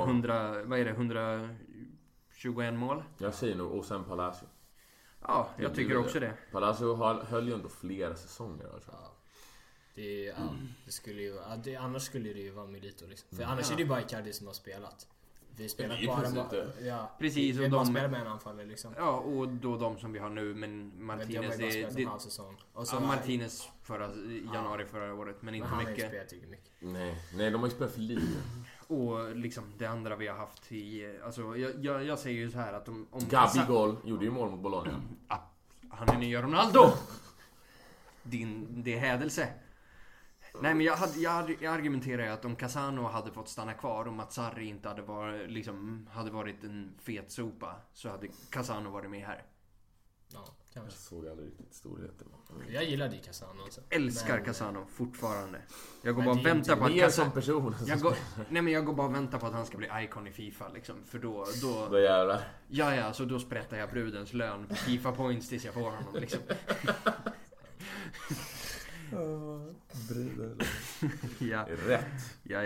121 mål. Jag säger nog, och sen Palacio. Ja, jag tycker också det. Palacio höll ju ändå flera säsonger alltså. Det skulle ju annars skulle det ju vara Milito liksom. För annars är det ju bara Icardi som har spelat. Vi spelar bara precis, vi bara spelar med en anfallare liksom. Ja, och då de som vi har nu, men Martinez en halv säsong. Och så Martinez januari förra året, men inte han mycket. Han har inte mycket. Nej, de har ju spelat för lite. Och liksom det andra vi har haft i, alltså jag säger ju så här att om Gabigol gjorde ju mål mot Bologna. Han är nya Ronaldo. Det är hädelse. Nej, men jag argumenterar ju att om Casano hade fått stanna kvar och Mazzarri inte hade varit en fet sopa, så hade Casano varit med här. Ja, kanske. Jag såg aldrig riktigt storheten. Jag gillade Casano också. Älskar Casano fortfarande. Jag går bara och väntar på att Casano som person. Jag går bara och väntar på att han ska bli icon i FIFA liksom, för då jävlar. Ja, så då sprättar jag brudens lön på FIFA points tills jag får honom liksom. Ja. Rätt. Ja.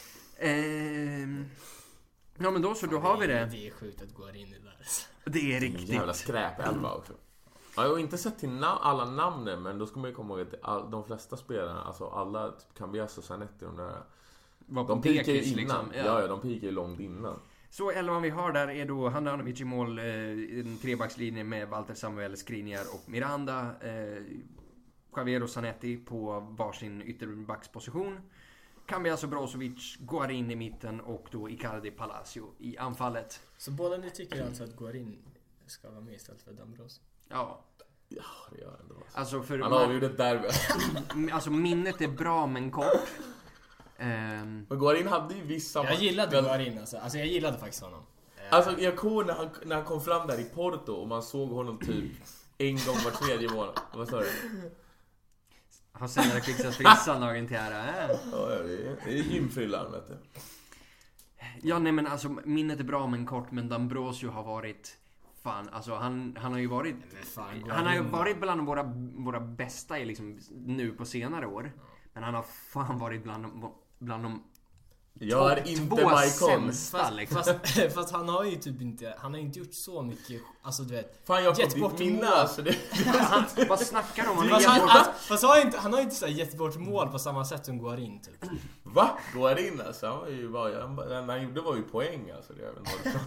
Ja, men då har vi det. Det är sjukt att gå in i där. Det är riktigt. Jävla skräpelva också. Jag har inte sett till alla namnen, men då ska man ju komma ihåg att de flesta spelarna, alltså alla typ Cambiasso och Zanetti, de pikar ju innan. Liksom. Ja, de pikar ju långt innan. Så 11 vi har där är då Handanovic i mål, en trebackslinje med Walter Samuel, Skriniar och Miranda. Javier och Zanetti på varsin ytterbacksposition. Cambiasso, Brozovic, Guarin i mitten och då Icardi, Palacio i anfallet. Så båda ni tycker alltså att Guarin ska vara med istället för D'Ambrosio? Ja. Ja, det gör ändå. Alltså för han avgjorde ett derby. Alltså minnet är bra men kort. Men Guarin hade ju vissa... Jag gillade Guarin alltså jag gillade faktiskt honom. Alltså jag kommer när han kom fram där i Porto och man såg honom typ en gång var tredje månad. Vad sa du? Har senare fixat frissan dagen till här. Ja, det är gymfrillan, vet du. Ja, nej, men alltså minnet är bra men kort, men D'Ambrosio har varit fan, alltså han har ju varit han har ju varit bland våra bästa i liksom nu på senare år. Men han har fan varit bland de jag är inte Maikon. Fast han har ju typ inte gjort så mycket, alltså du vet. Fan, jag gett bort mål alltså det. Vad snackar de om? Fast han har inte så gett bort mål på samma sätt som Guarin typ. Va? Guarin alltså, han var ju bara han gjorde var ju poäng alltså det, jag vet inte.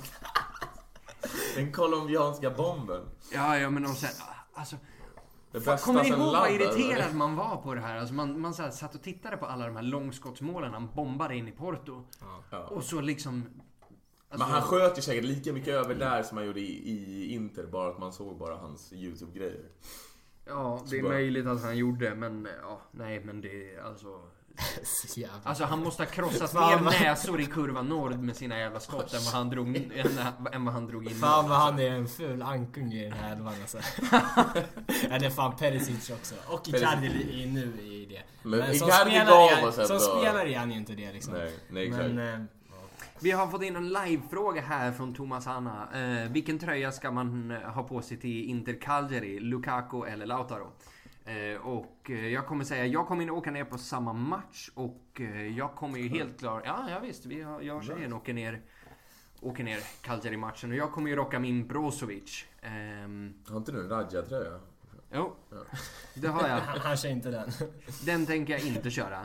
Den kolumbianska bomben. Ja, men de säger alltså kommer ni ihåg vad irriterad man var på det här? Alltså man så här, satt och tittade på alla de här långskottsmålen han bombade in i Porto. Ja. Och så liksom... Alltså, men han sköt ju säkert lika mycket över där som han gjorde i Inter. Bara att man såg bara hans YouTube-grejer. Ja, det är möjligt att han gjorde. Men nej, men det är alltså... Alltså han måste ha krossat mer näsor i kurva Nord med sina jävla skott än vad han drog in. Fan vad han är en ful ankung i den här elvan alltså. Eller fan Perisic också. Och Icardi är nu i det. Men som spelare är han ju inte det liksom. Nej, exakt. Men, vi har fått in en livefråga här från Thomas Anna. Vilken tröja ska man ha på sig till Inter Cagliari? Lukaku eller Lautaro? Och jag kommer säga, jag kommer in och åka ner på samma match. Och jag kommer ju helt klar. Ja visst, jag och tjejen åker ner Cagliari-matchen. Och jag kommer ju rocka min Brozovic. Har inte du en Radja-tröja? Jo, det har jag. Han kör inte den. Den tänker jag inte köra.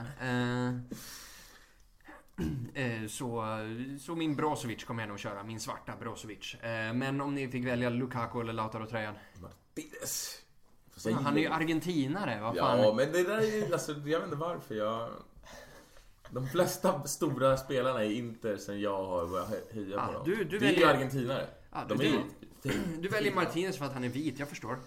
Så min Brozovic kommer jag nog köra. Min svarta Brozovic. Men om ni fick välja Lukaku eller Lautaro-tröjan? Martinez. Han är ju argentinare, vad fan. Ja, men det där är alltså, jag vet inte varför de flesta stora spelarna i Inter sen jag har börjat heja på dem. Det är ju argentinare. Ja, du väljer Martinez för att han är vit, jag förstår.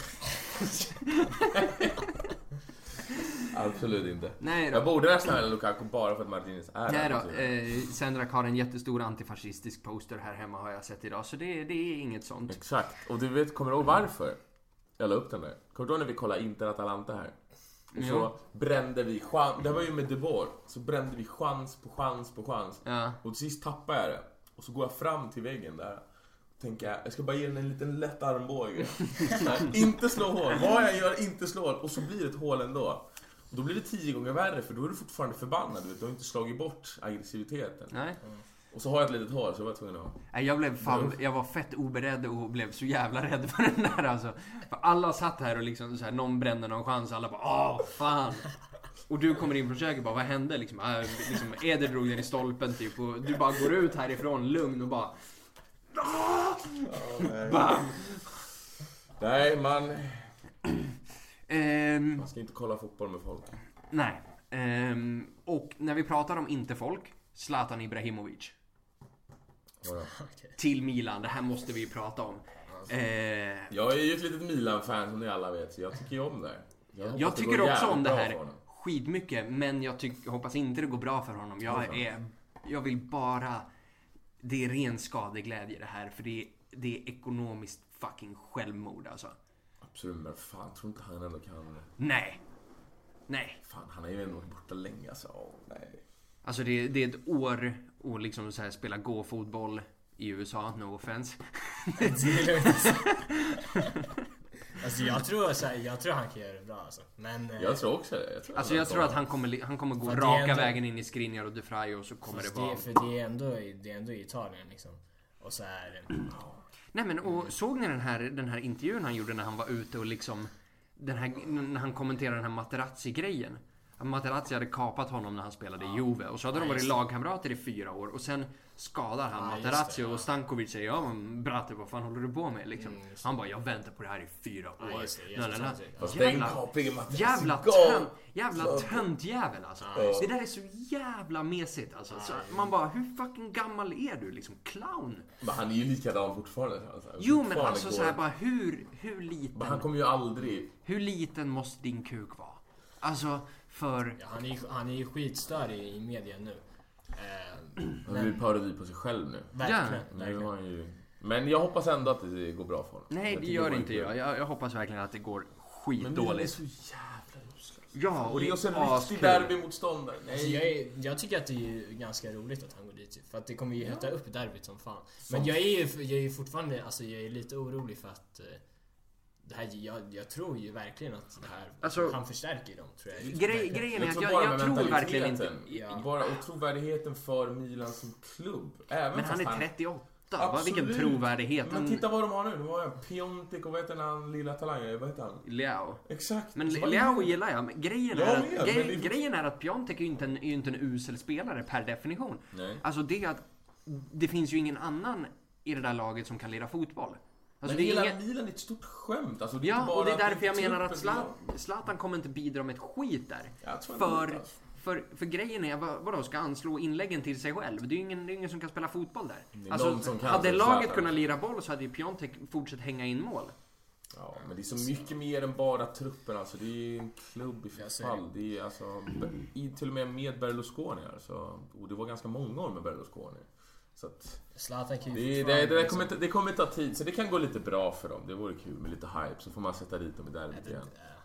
Absolut inte. Nej då. Jag borde nästan välja Lukaku bara för att Martinez är Nej då. Sendrak har en jättestor antifascistisk poster här hemma har jag sett idag. Så det är inget sånt. Exakt. Och du vet, kommer du ihåg varför? Jag la upp den där. Kommer du ihåg när vi kollade Inter-Atalanta här? Och så brände vi chans. Det var ju med De Boer. Så brände vi chans på chans på chans. Ja. Och till sist tappade jag det. Och så går jag fram till väggen där. Tänker jag ska bara ge den en liten lätt armbåge. Inte slå hål. Vad jag gör, inte slå hål. Och så blir det ett hål ändå. Och då blir det 10 gånger värre. För då är du fortfarande förbannad. Du har inte slagit bort aggressiviteten. Nej. Och så har jag ett litet hål så jag var tvungen att... Jag var fett oberedd och blev så jävla rädd för den där alltså. För alla satt här och liksom så här, någon brände någon chans. Alla bara, fan. Och du kommer in på köket och bara, vad hände? Liksom, Eder drog den i stolpen typ. Och du bara går ut härifrån lugn och bara... Bam! Nej, man ska inte kolla fotboll med folk. Nej. Och när vi pratar om inte folk, Zlatan Ibrahimovic. Till Milan, det här måste vi ju prata om. Jag är ju ett litet Milan-fan som ni alla vet, så jag tycker ju om det. Jag tycker också om det här skitmycket, men jag hoppas inte det går bra för honom. Jag vill bara... Det är ren skadeglädje det här, för det är ekonomiskt fucking självmord alltså. Absolut, men fan, tror inte han ändå kan... Nej. Fan, han är ju ändå borta länge alltså. Nej. Alltså det är ett år och liksom så här spela gå-fotboll i USA, no offense. Alltså jag tror han kan göra det bra alltså. Men jag tror också det. Jag tror att han kommer gå raka vägen in i Skriniar och Dufray och så kommer det vara... För det är ändå i Italien liksom. Och så här... Nej men och såg ni den här intervjun han gjorde när han var ute och liksom när han kommenterade den här Materazzi-grejen? Materazzi hade kapat honom när han spelade i Juve och så hade de varit lagkamrater i 4 år och sen skadar han Materazzi och Stankovic säger ja men Bratte, vad fan håller du på med liksom? Han bara, jag väntar på det här i 4 år. Jävla töntjävel alltså. Det där är så jävla mesigt alltså. Så man bara, hur fucking gammal är du liksom? Clown. Men han är ju likadan fortfarande alltså. Jo men alltså så här bara hur liten. Men han kommer ju aldrig. Hur liten måste din kuk vara? Alltså för... Ja, han är ju skitstörig i media nu. Han är ju parodi på sig själv nu. Verkligen. Men jag hoppas ändå att det går bra för honom. Nej, det gör inte jag. Jag hoppas verkligen att det går skitdåligt. Men det är så jävla uselt. Ja, och det är en riktig derbymotståndare. Alltså, jag tycker att det är ganska roligt att han går dit. För att det kommer ju hetta upp derbyt som fan. Men jag är fortfarande, alltså jag är lite orolig för att... Det här, jag tror ju verkligen att det här alltså, han förstärker dem tror jag. Grejen är att jag tror verkligen inte bara och trovärdigheten för Milan som klubb. Även men han är 38. Vilken trovärdighet. Men titta vad de har nu. De har Piontek och vad heter han lilla talangen? Vad heter han? Leao. Exakt. Men Leao gillar jag. Men grejen är att Piontek är ju inte en usel spelare per definition. Nej. Alltså det finns ju ingen annan i det där laget som kan lira fotboll. Alltså men hela Milan är ett stort skämt. Alltså, det är bara och det är därför jag menar att Zlatan kommer inte bidra med ett skit där. För grejen är, vadå, ska anslå inläggen till sig själv? Det är ingen som kan spela fotboll där. Alltså, hade laget kunnat lira boll så hade ju Piontek fortsatt hänga in mål. Ja, men det är så mycket mer än bara truppen. Alltså, det är en klubb i förfall. Det är alltså, till och med Berlusconi. Alltså, och det var ganska många år med Berlusconi. Så att, det kommer ta tid, så det kan gå lite bra för dem. Det vore kul med lite hype, så får man sätta dit dem i derbyt igen.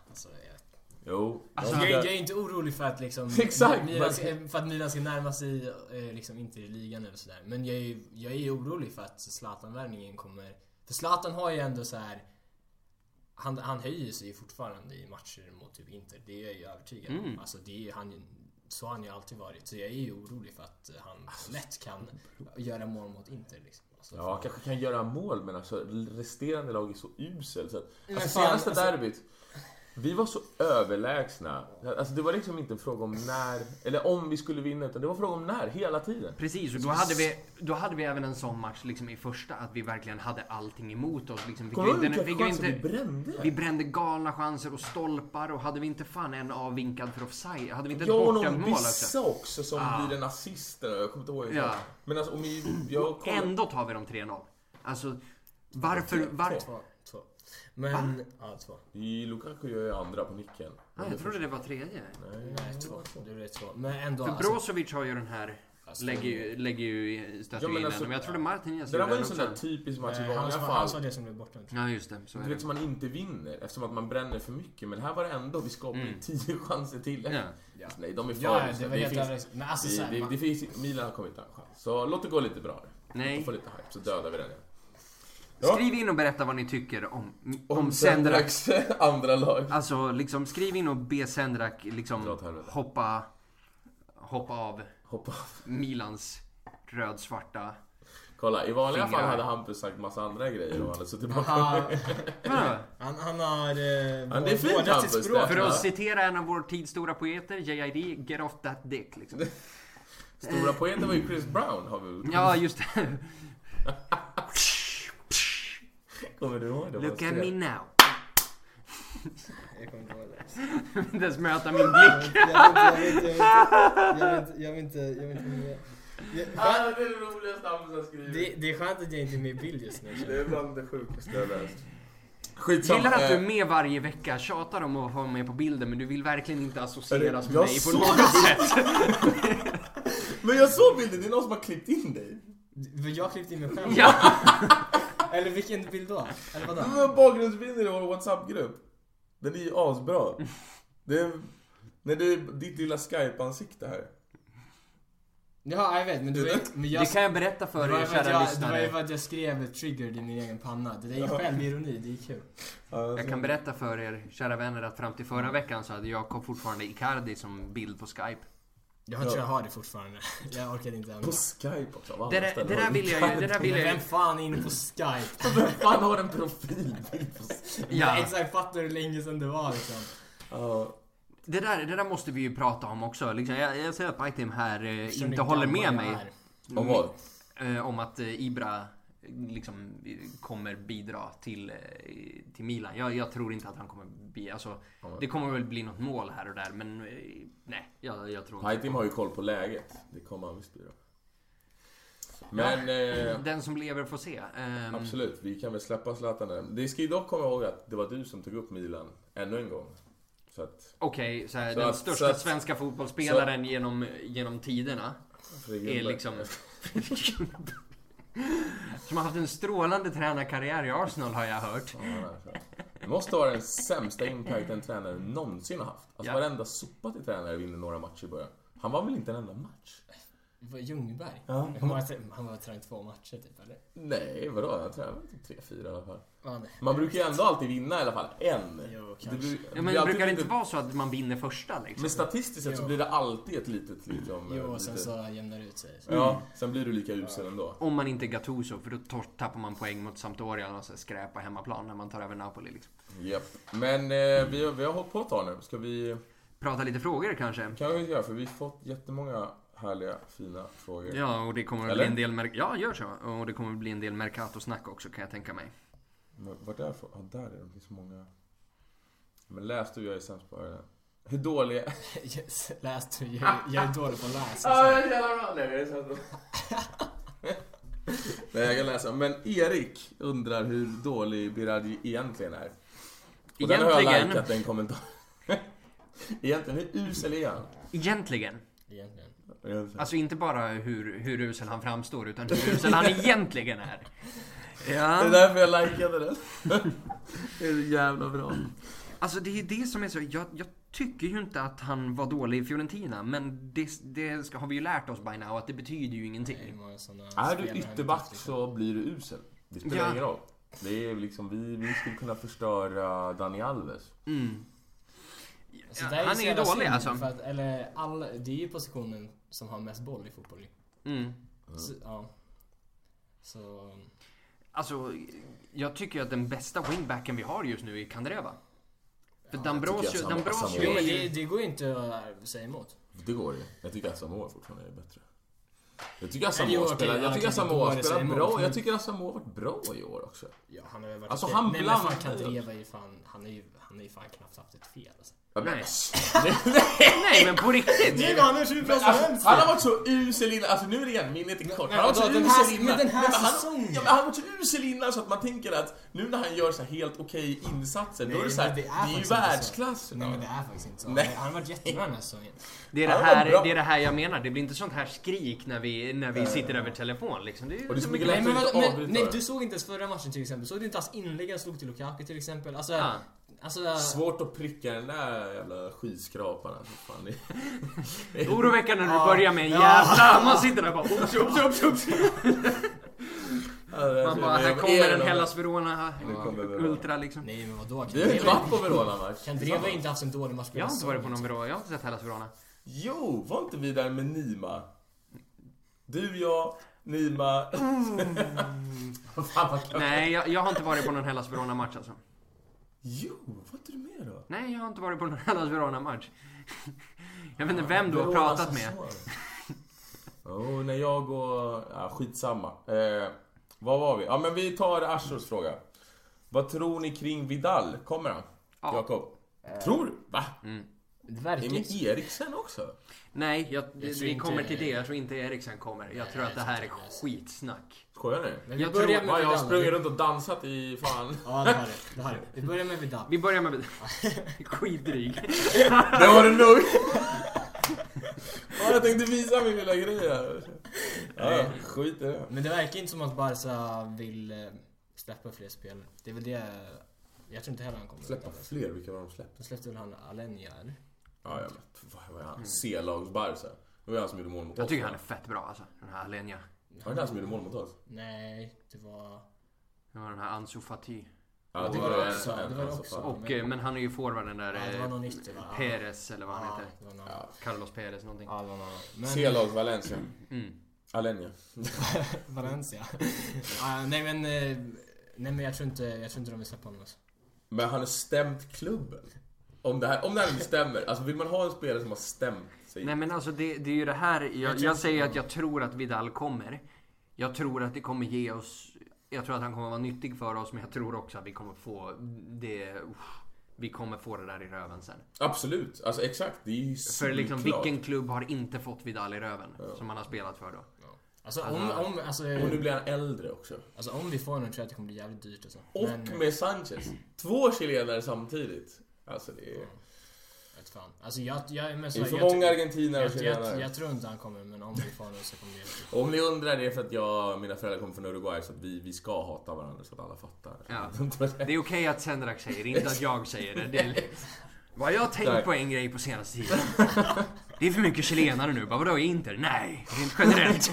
Jag är inte orolig för att liksom för att Milan ska närma sig liksom inte i ligan eller sådär. Men jag är orolig för att Zlatan-värvningen kommer. För Zlatan har ju ändå så här. Han höjer sig ju fortfarande i matcher mot typ Inter. Det är jag ju övertygad om. Alltså det är så har han ju alltid varit. Så jag är ju orolig för att han lätt kan göra mål mot Inter liksom. Alltså, ja, kanske kan göra mål, men alltså resterande lag är så usel så att, senaste derbyt vi var så överlägsna. Alltså det var liksom inte en fråga om när eller om vi skulle vinna, utan det var fråga om när hela tiden. Precis, och då hade vi även en sån match liksom i första att vi verkligen hade allting emot oss liksom. Vi brände galna chanser och stolpar, och hade vi inte fan en avvinkad för offside, hade vi inte bort en mål också som blir en assist, jag kommer inte ihåg. Ja. Men alltså ändå tar vi dem 3-0. Alltså, varför? Två. Men, ja, 2. Lukaku gör ju andra på nicken. Jag trodde det var tredje. Nej, 2. Det blev 2. Men ändå... För Brozovic har ju den här... Lägger ju i statuinen. Men jag trodde Martinez... Det där var en sån där typisk match i vanliga fall. Han sa det som blev borta. Ja, just det. Så du vet som man inte vinner eftersom att man bränner för mycket. Men här var det ändå, vi skapade 10 chanser till. Ja. Nej, de är farliga. Ja, det var helt övrigt. Men alltså det finns... Milan kommer inte ha en chans. Så låt det gå lite bra. Nej. Få lite hype, så dödar vi den igen. Skriv in och berätta vad ni tycker om Sendraks andra lag. Alltså liksom skriv in och be Sendrak liksom hoppa av Milans rödsvarta. Kolla, i vanliga fall hade Hampus sagt massa andra grejer och han hade suttit bakom. Han har det är fint, Hampus, för att citera en av vår tids stora poeter, JID, get off that dick liksom. Stora poeten var ju Chris Brown, har vi. Ja, just det. Kommer du ihåg det? Look at me now. Jag kommer inte ihåg det. Inte ens möta min blick. Jag vill inte med. Det är det roligaste Hampus har skrivit. Det är skönt att jag inte är med i bild just nu. Det är bland det sjukaste jag läst. Skitsamma. Gillar att du är med varje vecka. Tjatar om att vara med på bilden, men du vill verkligen inte associeras med mig på något sätt. Men jag såg bilden, det är någon som har klippt in dig. Jag har klippt in mig själv. Ja. Eller vilken bild då? Eller vadå? Det var bakgrundsbilden i vår WhatsApp-grupp. Den är ju asbra. Det är ditt lilla Skype-ansikte här. Ja, jag vet, men det kan jag berätta för er, kära lyssnare. Det var ju för att jag skrev triggered i min egen panna. Det är ju självironi, det är kul. Jag kan berätta för er, kära vänner, att fram till förra veckan så hade Jakob fortfarande Icardi som bild på Skype. Jag tror jag har det fortfarande. Jag orkar inte ändra. På Skype också. Det där vill jag ju. Vem fan är inne på Skype? Vem fan har en profil? Ja, exakt, fattar hur länge sedan det var liksom. Det där måste vi ju prata om också. Liksom, jag säger att Baitim här inte håller med mig. Om vad? Om att Ibra liksom kommer bidra till Milan. Jag tror inte att han kommer bli... Alltså, det kommer väl bli något mål här och där, men nej, jag tror inte. Baitim har ju koll på läget. Det kommer han visst bli. Men... den som lever får se. Absolut, vi kan väl släppa Zlatan. Det ska ju dock komma ihåg att det var du som tog upp Milan ännu en gång. Okej, den största svenska fotbollsspelaren genom tiderna är liksom som har haft en strålande tränarkarriär i Arsenal, har jag hört. Det måste vara den sämsta impact en tränare någonsin har haft. Alltså varenda sopa till tränare vinner några matcher i början. Han var väl inte en enda match? Det var Ljungberg. Ja. Han var tränat 2 matcher typ, eller? Nej, vadå? Jag tränade typ 3-4 i alla fall. Ja, man brukar ju ändå alltid vinna i alla fall en. Jo, men det brukar inte vara så att man vinner första liksom. Men statistiskt sett så blir det alltid ett litet liksom. Jo, och sen så jämnar det ut sig. Ja, sen blir du lika usel ändå. Om man inte är Gattuso, för då tappar man poäng mot Sampdoria och så skräpa hemmaplan när man tar över Napoli liksom. Japp. Men vi har hållit på ett tag nu. Ska vi prata lite frågor kanske? Kan vi göra, för vi har fått jättemånga härliga, fina frågor. Ja, och det kommer att bli en del gör så. Och det kommer att bli en del Mercato-snack också, kan jag tänka mig. Men vart är det? Ja, där är det. Finns så många. Men läs du, jag är sämst på det. Hur dålig är... Yes, läs du, jag är dålig på att läsa. Ja, jag känner bra. Nej, jag är sämst på. Nej, jag kan läsa. Men Erik undrar hur dålig Birardi egentligen är. Och den har jag likat en kommentar. Egentligen, hur usel är han? Egentligen. Alltså inte bara hur usel han framstår, utan hur usel han egentligen är. Ja. Det är därför jag likade den. Det är jävla bra. Alltså det är det som är så. Jag tycker ju inte att han var dålig i Fiorentina, men det har vi ju lärt oss by now att det betyder ju ingenting. Är du ytterback så blir du usel. Det spelar ingen roll. Det är liksom, vi skulle kunna förstöra Dani Alves. Så han är ju dålig alltså. För att, det är ju positionen som har mest boll i fotboll. Så, ja. Så... Alltså, jag tycker att den bästa wingbacken vi har just nu är Kandreva. För D'Ambrosio... Det går inte att säga emot. Det går ju. Jag tycker att Samoa fortfarande är bättre. Jag tycker Asamoah spelar bra. Jag tycker Asamoah har varit bra i år också. Ja, han har varit. Alltså han blandar. Kandreva är fan, han är ju fan knappt haft ett fel alltså. Nej men på riktigt. Nej, han har varit så usel innan. Alltså nu är det igen minnet är kort. Han har varit så usel innan. Han har varit så usel innan så att man tänker att nu när han gör så här helt okej insatser, då är det så här, det är ju världsklass. Nej men det är faktiskt inte så. Han har varit jättebra den här säsongen. Det är det här jag menar. Det blir inte sånt här skrik när vi sitter över telefon liksom. Det är och det är så mycket lättare. Nej, du såg inte ens förra matchen till exempel. Såg du inte alls inläggen slog till Lukaku till exempel. Alltså, svårt att pricka den där jävla skyskrapan. Oroväckande när du börjar med en jävla... Man sitter där bara... Man bara, här kommer en Hellas Verona Ultra liksom. Nej men vadå? Du har inte varit på Verona-match. Kandreva inte haft en dålig match. Jag har inte varit på någon Verona. Jag har inte sett Hellas Verona. Jo, var inte vi där med Nima? Du, jag, Nima. Nej, jag har inte varit på någon Hellas Verona-match alltså. Jo, var inte du med då? Nej, jag har inte varit på någon Hellas Verona-match. Jag vet inte vem du har pratat med. När jag och... Ja, skitsamma. Vad var vi? Ja, men vi tar Ashurs fråga. Vad tror ni kring Vidal? Kommer han? Ja. Jakob? Tror du? Va? Det är med Eriksen också? Nej, vi kommer till det. Jag tror inte Eriksen kommer. Jag tror att det här är skitsnack. Skojar ni? Jag har sprungit runt och dansat i fan. Ja, det har det. Vi börjar med Vidal. Vi börjar med Vidal. Skitdryg. Det var det nog. Jag tänkte visa min lilla grej här. Ja, skit i det. Men det verkar inte som att Barca vill släppa fler spel. Det är väl det. Jag tror inte heller han kommer släppa fler. Vilka var de släppte? De släppte väl han Alenia eller? Ja, jag vet. Vad var han? C-lags Barca. Det var han som gjorde mål mot oss. Jag tycker han är fett bra alltså. Den här Alenia. Var det han som gjorde mål mot oss? Nej, det var den här Ansu Fati. Ja, det var det också. Och, men han är ju forwarden där. Det var någon ytter, va? Perez eller vad han heter. Carlos Perez någonting. Ja, det var någon. C-lags Valencia. Alenia. Valencia. Nej men jag tror inte de vill släppa honom alltså. Men han har stämt klubben. Om det här inte stämmer. Alltså vill man ha en spelare som har stämt sig? Nej men alltså det är ju det här. Jag säger att jag tror att Vidal kommer. Jag tror att det kommer ge oss... Jag tror att han kommer vara nyttig för oss. Men jag tror också att vi kommer få det... Vi kommer få det där i röven sen. Absolut, alltså exakt. Det är ju för liksom, vilken klubb har inte fått Vidal i röven? Som han har spelat för då. Alltså, och nu blir han äldre också. Alltså om vi får honom tror jag att det kommer bli jävligt dyrt alltså. Och med Sanchez. 2 chilenare samtidigt. Alltså det är... Fan. Alltså det är för många argentinare och chilenare. Jag tror inte han kommer, men om vi får honom så kommer det. Om ni undrar det är för att mina föräldrar kommer från Uruguay så att vi ska hata varandra så att alla fattar. Ja. Det är okej att Sendrak säger, inte att jag säger det. Vad jag har tänkt på en grej på senaste tiden. Det är för mycket chilenare nu. Vadå Inter? Nej, det är inte generellt.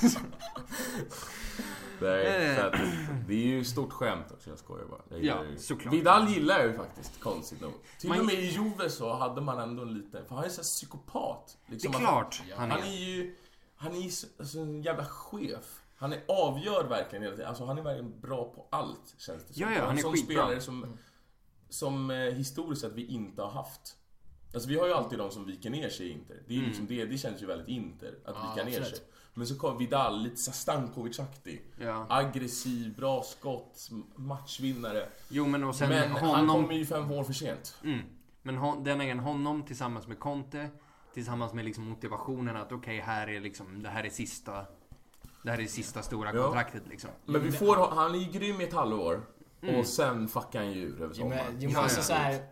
Nej, så att, det är ju stort skämt också, jag skojar bara. Ja, såklart. Vidal gillar jag ju faktiskt, konstigt nog. Till och med i Juve så hade man ändå en liten... För han är så här psykopat. Liksom, det är klart. Han är alltså en jävla chef. Han avgör verkligen hela tiden. Alltså han är verkligen bra på allt, känns det som. Ja, han är som skitbra. Spelare som historiskt sett vi inte har haft. Alltså vi har ju alltid de som viker ner sig i Inter. Det är liksom det känns ju väldigt Inter att vika ner sig. Men så kom Vidal lite så Stankovic-aktig. Ja. Aggressiv, bra skott, matchvinnare. Jo, men han kommer ju 5 år för sent. Men honom tillsammans med Conte, tillsammans med liksom motivationen att här är liksom, det här är sista stora kontraktet liksom. Men han är ju grym i ett halvår. Och sen fuckar han ju ur över sommaren.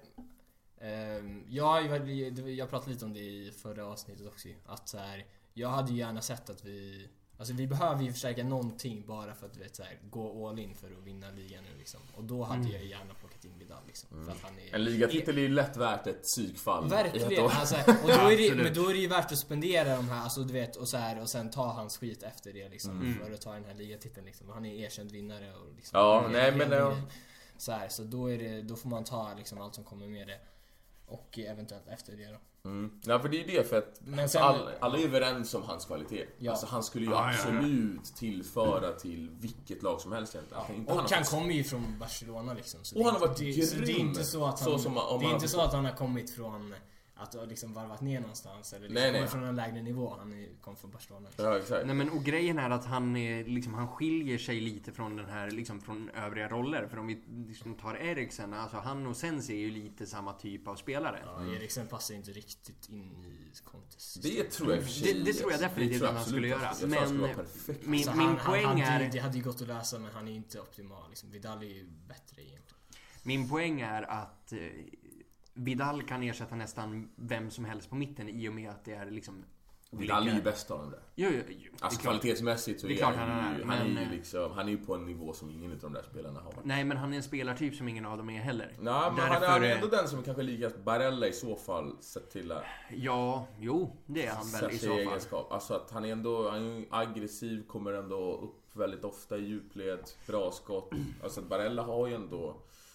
Jag pratade lite om det i förra avsnittet också. Att så här, jag hade ju gärna sett att vi behöver ju försöka någonting bara för att gå all in för att vinna ligan nu liksom. Och då hade jag gärna plockat in Vidal liksom, för att han är... En ligatitel är ju lätt värt ett psykfall. Verkligen, alltså, och då är det ju värt att spendera de här, alltså, du vet, och sen ta hans skit efter det liksom, för att ta den här ligatiteln liksom. Han är erkänd vinnare och liksom, så då får man ta liksom allt som kommer med det. Och eventuellt efter det då. Ja, för det är ju det, för att alla är överens om hans kvalitet. Ja. Alltså han skulle ju absolut tillföra till vilket lag som helst egentligen. Han kommer ju från Barcelona liksom. Så och han har varit grym. Så det är inte så att han har kommit från att liksom varvat ner någonstans eller liksom kommer från en lägre nivå. Han kom från Barcelona. Ja, exakt. Nej, men och grejen är att han är liksom, han skiljer sig lite från den här liksom från övriga roller. För om vi liksom tar Eriksen, alltså han och Sensi är ju lite samma typ av spelare. Ja, Eriksen passar inte riktigt in i Contes. Det tror jag det tror jag definitivt att han skulle göra. Men min poäng är... Det hade ju gått att lösa, men han är inte optimal liksom. Vidal är ju bättre egentligen. Min poäng är att Vidal kan ersätta nästan vem som helst på mitten i och med att det är liksom... Vidal är ju bäst av dem där. Jo, alltså kvalitetsmässigt så är han är ju på en nivå som ingen av de där spelarna har. Nej, men han är en spelartyp som ingen av dem är heller. Nej, men han är ändå den som kanske likast Barella i så fall sett till att... Ja, jo, det är han väl i så fall. Alltså att han är aggressiv, kommer ändå upp väldigt ofta i djupled, bra skott. Alltså att Barella har ju ändå...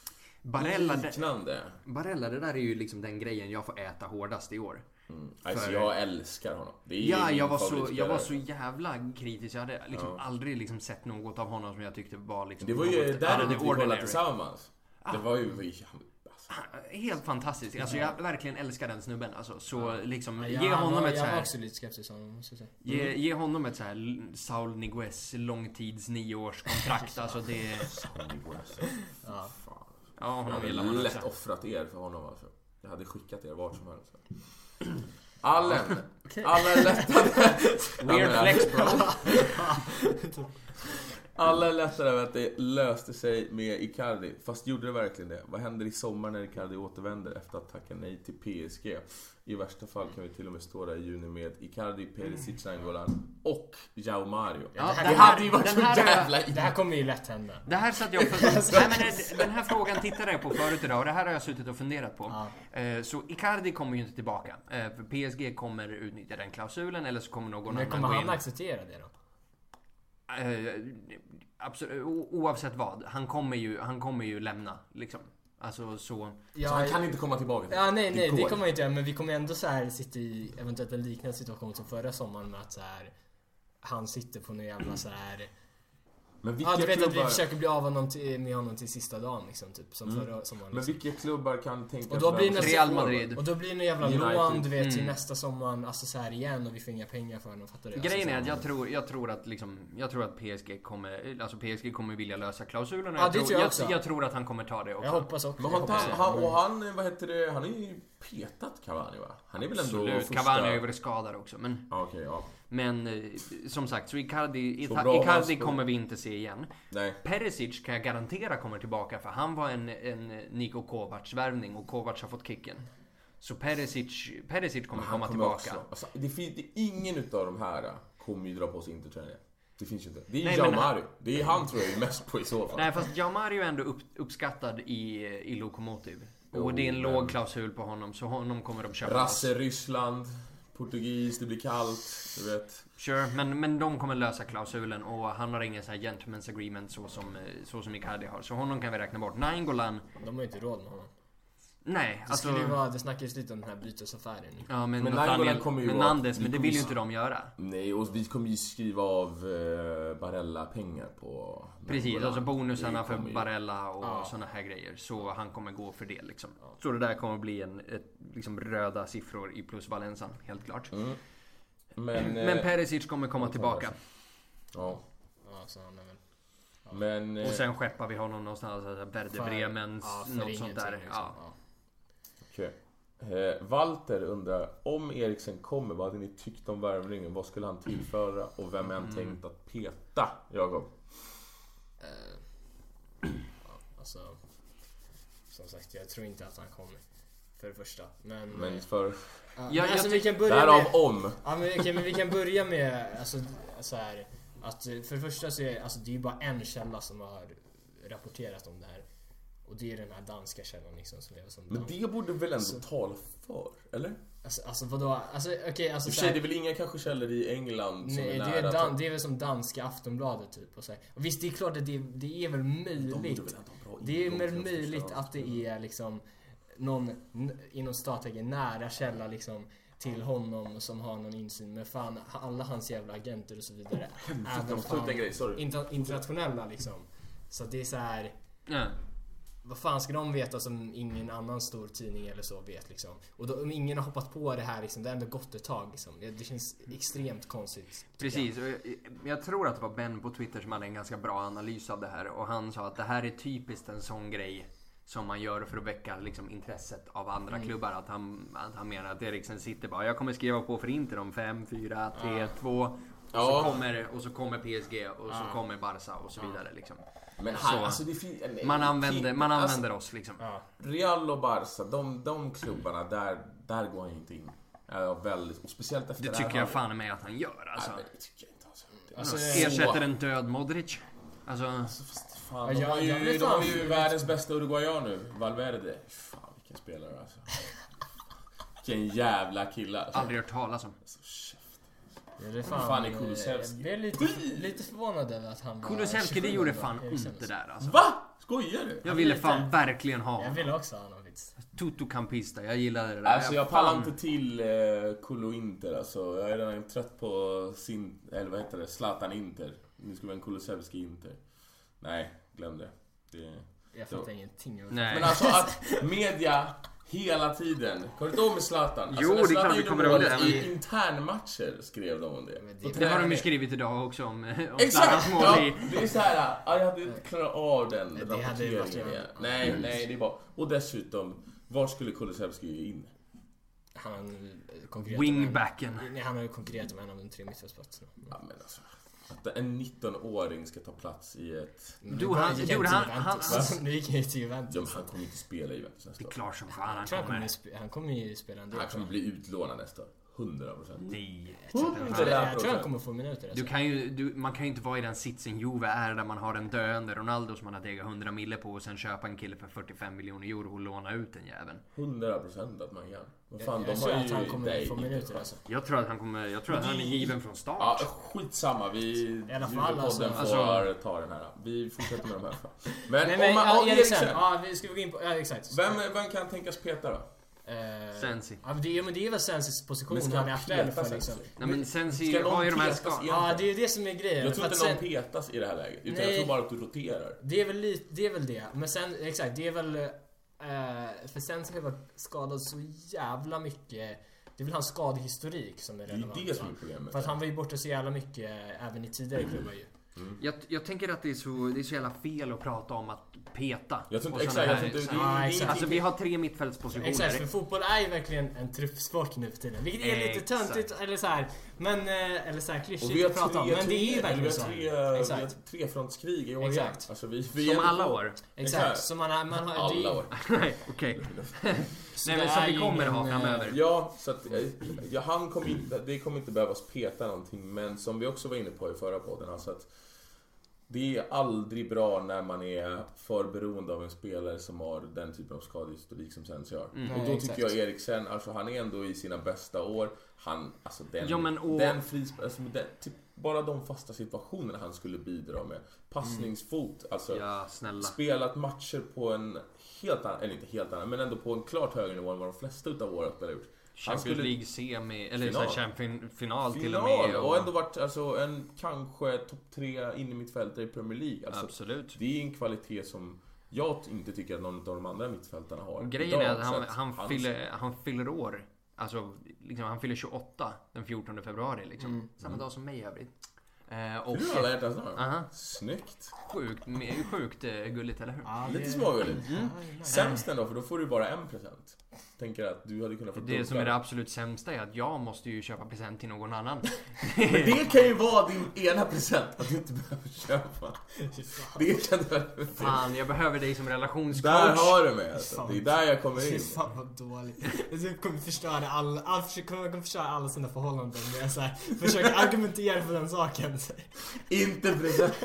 Barella, det där är ju liksom den grejen jag får äta hårdast i år. Alltså jag älskar honom. Jag var så jävla kritisk. Jag hade liksom aldrig liksom sett något av honom som jag tyckte var liksom... Det var ju där vi kollade tillsammans. Det var ju... Helt fantastiskt. Alltså jag verkligen älskar den snubben. Alltså, så liksom, ge honom ett så här... Jag var också lite skeptisk honom, måste jag säga. Ge honom ett så här Saul Niguez långtids 9-årskontrakt. Alltså det... Saul Niguez. Ja. Ja, honom vill man lätt offrat er för honom alltså. Jag hade skickat er vart som helst. Alla är lättare. Weird flex, bro. Alla är lättare över att det löste sig med Icardi. Fast gjorde det verkligen det? Vad händer i sommar när Icardi återvänder efter att tacka nej till PSG? I värsta fall kan vi till och med stå där i juni med Icardi, Perisic, Nainggolan och João Mario. Ja, det hade ju varit så jävla... Det här kommer ju lätt hända. Det här satt jag den här frågan tittade jag på förut idag och det här har jag suttit och funderat på. Så Icardi kommer ju inte tillbaka. För PSG kommer utnyttja den klausulen eller så kommer någon annan gå in. Men kommer han acceptera det då? Absolut, oavsett vad. Han kommer ju lämna liksom. Alltså så... Ja, så han kan inte komma tillbaka. Ja, nej, det kommer han inte göra. Men vi kommer ändå så här sitta i eventuellt en liknande situation som förra sommaren med att så här, han sitter på någon jävla så här... Men du vet klubbar... att vi försöker bli av med honom till sista dagen liksom, typ, som förra sommaren. Men vilka klubbar kan tänka... Och då blir Real Madrid. Och då blir det en jävla lån, du vet, till nästa sommaren, alltså så här igen, och vi får inga pengar för honom, fattar du? Grejen är att jag tror att PSG kommer vilja lösa klausulerna. Jag tror att han kommer ta det också. Jag hoppas också. Men han vad heter det? Han är ju petat Cavani, va? Han är väl ändå första... Cavani har ju varit skadad också, men... Okej, ja. Men som sagt, så Icardi kommer vi inte se igen. Nej. Perisic kan jag garantera kommer tillbaka, för han var en Niko Kovac-värvning och Kovac har fått kicken. Så Perisic kommer komma tillbaka. Alltså, det är ingen utav de här kommer ju dra på sig intertränare. Det finns ju inte. Det är João Mario. Det är han tror jag är mest på i så fall. Nej, fast João Mario är ändå uppskattad i Lokomotiv. Och det är en låg klausul på honom, så honom kommer de köpa. Rasse Ryssland, portugis, det blir kallt, du vet. Sure, men de kommer lösa klausulen och han har ingen så här gentleman's agreement så som Icardi har. Så honom kan vi räkna bort. Nainggolan... De har ju inte råd med honom. Nej, alltså... Det snackades lite om den här bytesaffären. Ja, men Nainggolan kommer ju Nandes, men det vill ju inte de göra. Nej, och vi kommer ju skriva av Barella pengar på... Precis, alltså bonusarna för Barella och såna här grejer. Så han kommer gå för det liksom. Så det där kommer bli liksom röda siffror i plusvalensan, helt klart. Men Perisic kommer komma tillbaka. Ja. Så han är väl... Men, och sen skeppar vi honom någonstans, alltså Werder Bremen, något sånt där. Liksom. Okej. Walter undrar, om Eriksen kommer, vad hade ni tyckt om värvningen? Vad skulle han tillföra och vem är han tänkt att peta? Jakob? Alltså, som sagt, jag tror inte att han kommer. För det första. Men för... alltså, vi kan börja därav med... om. Ja, men vi kan börja med alltså, så här, att för det första så är alltså, det är ju bara en källa som har rapporterat om det här. Och det är den här danska källan liksom, som lever som men det borde väl ändå tala för, eller? Alltså vadå? Alltså okej, alltså så här, det är väl inga kanske källor i England som nej, är nära. Det är väl som danska Aftonbladet typ och så här. Och visst, det är klart att det är väl möjligt. Det är väl möjligt att det är liksom någon inom statligen nära källa liksom till honom som har någon insyn, med fan alla hans jävla agenter och så vidare är väl fan internationella liksom. Så det är så här. vad fan ska de veta som ingen annan stor tidning eller så vet liksom. Och då, om ingen har hoppat på det här liksom, det har ändå gått ett tag liksom. Det känns extremt konstigt. Precis, och jag tror att det var Ben på Twitter som hade en ganska bra analys av det här. Och han sa att det här är typiskt en sån grej som man gör för att väcka liksom intresset av andra klubbar. Att han menar att Eriksen sitter bara, jag kommer skriva på för Inter om 5, 4, 3, 2 och så kommer PSG och så kommer Barca och så vidare liksom. Men här, alltså man använder oss liksom. Real och Barca, de klubbarna där går han inte in. Väldigt, och speciellt efter det tycker jag fan med att han gör alltså. Nej, det tycker jag inte alltså ersätter en död Modric. Alltså fan, de har ju världens bästa uruguayan nu, Valverde. Fan vilken spelare alltså. Vilken jävla kille alltså. Aldrig hört talas om. Det är fan är Kulusevski. Jag är lite förvånad över att han var Kulusevski, det gjorde fan ont det där alltså. Va? Skojar du? Jag ville fan verkligen ha. Jag ville också ha honom. Tutu Campista, jag gillade det där. Alltså jag pallar inte till Kolo Inter alltså. Jag är redan trött på sin, eller vad heter det, Zlatan Inter. Nu ska vara en Kulusevski Inter. Nej, glöm det. Jag fattar ingenting. Nej. Men alltså att media hela tiden. Kommer du ihåg med Zlatan? Alltså, jo, det är klart vi kommer ihåg det. I internmatcher skrev de om det. Det har de ju skrivit idag också om Zlatans mål. Ja, det är så här, jag hade inte klarat av den rapporteringen. Nej, det är bara. Och dessutom, var skulle Kulusevski in? Wingbacken. Han har ju konkurrerat med en av de 3 mittfältsplatserna. Ja, men alltså. Att en 19-åring ska ta plats i ett... Nu gick han ju till Juventus. Han kommer inte spela i Juventus nästa år. Det är klart som fan han kommer ju spela en del. Han kommer bli utlånad nästa år. 100%. Nej. Jag tror han kommer få minuter. Man kan ju inte vara i den sitsen Juve är där man har en döende Ronaldo som man har degat 100 mille på och sen köpa en kille för 45 miljoner euro och låna ut den jäveln. 100% att man kan. Jag tror att han kommer få minuter alltså. Jag tror att han är given från start. Ja, skitsamma. Vi i alla fall får ta den här. Vi fortsätter med de här. Men Eriksen. Ja, vi ska gå in på exakt. Vem kan tänkas peta då? Sensi. Ja, det är väl Sensis position han är aktuell för liksom. Nej, men Sensi har ju de här skadorna. Ja, det är ju det som är grejen. Jag tror inte någon petas i det här läget. Utan jag tror bara att du roterar. Det är väl det. Men sen, exakt, det är väl för Sensi har varit skadad så jävla mycket. Det är väl hans skadehistorik som är relevant. Det är det som är problemet. För att han var ju borta så jävla mycket även i tidigare klubbar ju. Jag tänker att det är så jävla fel att prata om att peta. Jag tror inte exakt. Alltså vi har 3 mittfältspositioner. Exakt, för fotboll är ju verkligen en truppsport nu för tiden. Vilket är lite töntigt eller så här, men eller så här klyschigt att prata om, men det är ju verkligen så. Vi har 3-frontskrig i år. Exakt. Alltså som alla år. Exakt, som man har alla år. Nej, okej. Nej, men som vi kommer ha framöver. Ja, så att det kommer inte behövas peta någonting, men som vi också var inne på i förra podden, alltså att det är aldrig bra när man är för beroende av en spelare som har den typen av skadehistorik som sen gör. Och då tycker jag Eriksen, alltså han är ändå i sina bästa år. Han, alltså bara de fasta situationerna han skulle bidra med. Passningsfot, alltså spelat matcher på en helt annan, eller inte helt annan, men ändå på en klart högre nivå än vad de flesta utav våra spelare gjort. Champions League semi eller final till och med och ändå varit alltså en kanske topp 3 in i mittfältare i Premier League. Alltså, absolut. Det är en kvalitet som jag inte tycker att någon av de andra mittfältarna har. Grejen är att han fyller år. Alltså liksom, han fyller 28 den 14 februari liksom. Samma dag som mig i övrigt. Och du har hjärtats dag. Snyggt. Sjukt gulligt, eller hur? Ja, lite smågulligt. Sämst ändå, för då får du bara en present. Tänker att du hade kunnat få det som är det absolut sämsta är att jag måste ju köpa present till någon annan. Men det kan ju vara din ena present att du inte behöver köpa. Det kan du. Fan, jag behöver dig som relationscoach. Där har du mig alltså. Det är där jag kommer in. Fan vad dåligt. Jag kommer förstöra alla sina förhållanden när jag så här försöker argumentera för den saken. Inte present.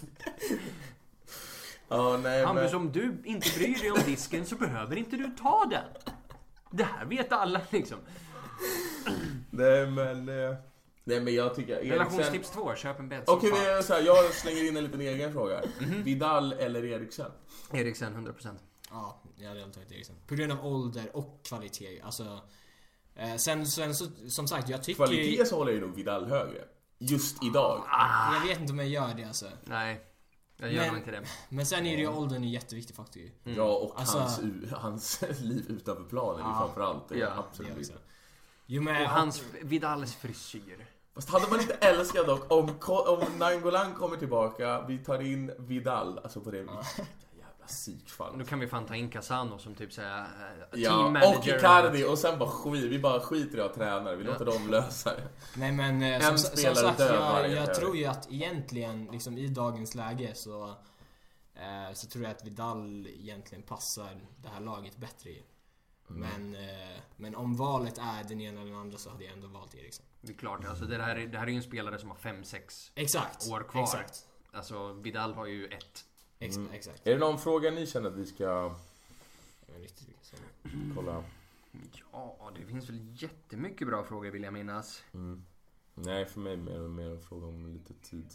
Hampus, om du inte bryr dig om disken så behöver inte du ta den. Det här vet alla liksom. Nej men jag tycker relationstips 2, köp en bättre. Okej, jag slänger in en liten egen fråga. Vidal eller Eriksen? Eriksen 100%. Ja, jag hade tagit Eriksen. På grund av ålder och kvalitet. Alltså sen så, som sagt, jag tycker kvalitet så håller ju nog Vidal högre just idag. Jag vet inte om jag gör det alltså. Nej. Jag gör nog inte det. Men sen är det ju åldern en jätteviktig faktor ju. Ja, och hans liv utanför planen framförallt. Det är absolut. Och hans Vidals frisyr. Fast hade man inte älskat dock om Nainggolan kommer tillbaka, vi tar in Vidal, alltså på det jävla psykfall. Då kan vi fan ta in Casano som typ såhär team manager. Och Icardi och sen vi bara skiter i att tränare. Vi låter dem lösa det. Nej men som sagt, jag tror ju att egentligen liksom i dagens läge så tror jag att Vidal egentligen passar det här laget bättre i. Men om valet är den ena eller den andra så hade jag ändå valt Eriksen. Det är klart, alltså det här är ju en spelare som har 5-6 år kvar. Exakt. Alltså Vidal har ju 1. Exakt. Är det någon fråga ni känner att vi ska kolla? Ja, det finns väl jättemycket bra frågor vill jag minnas. Nej, för mig mer en fråga om lite tid.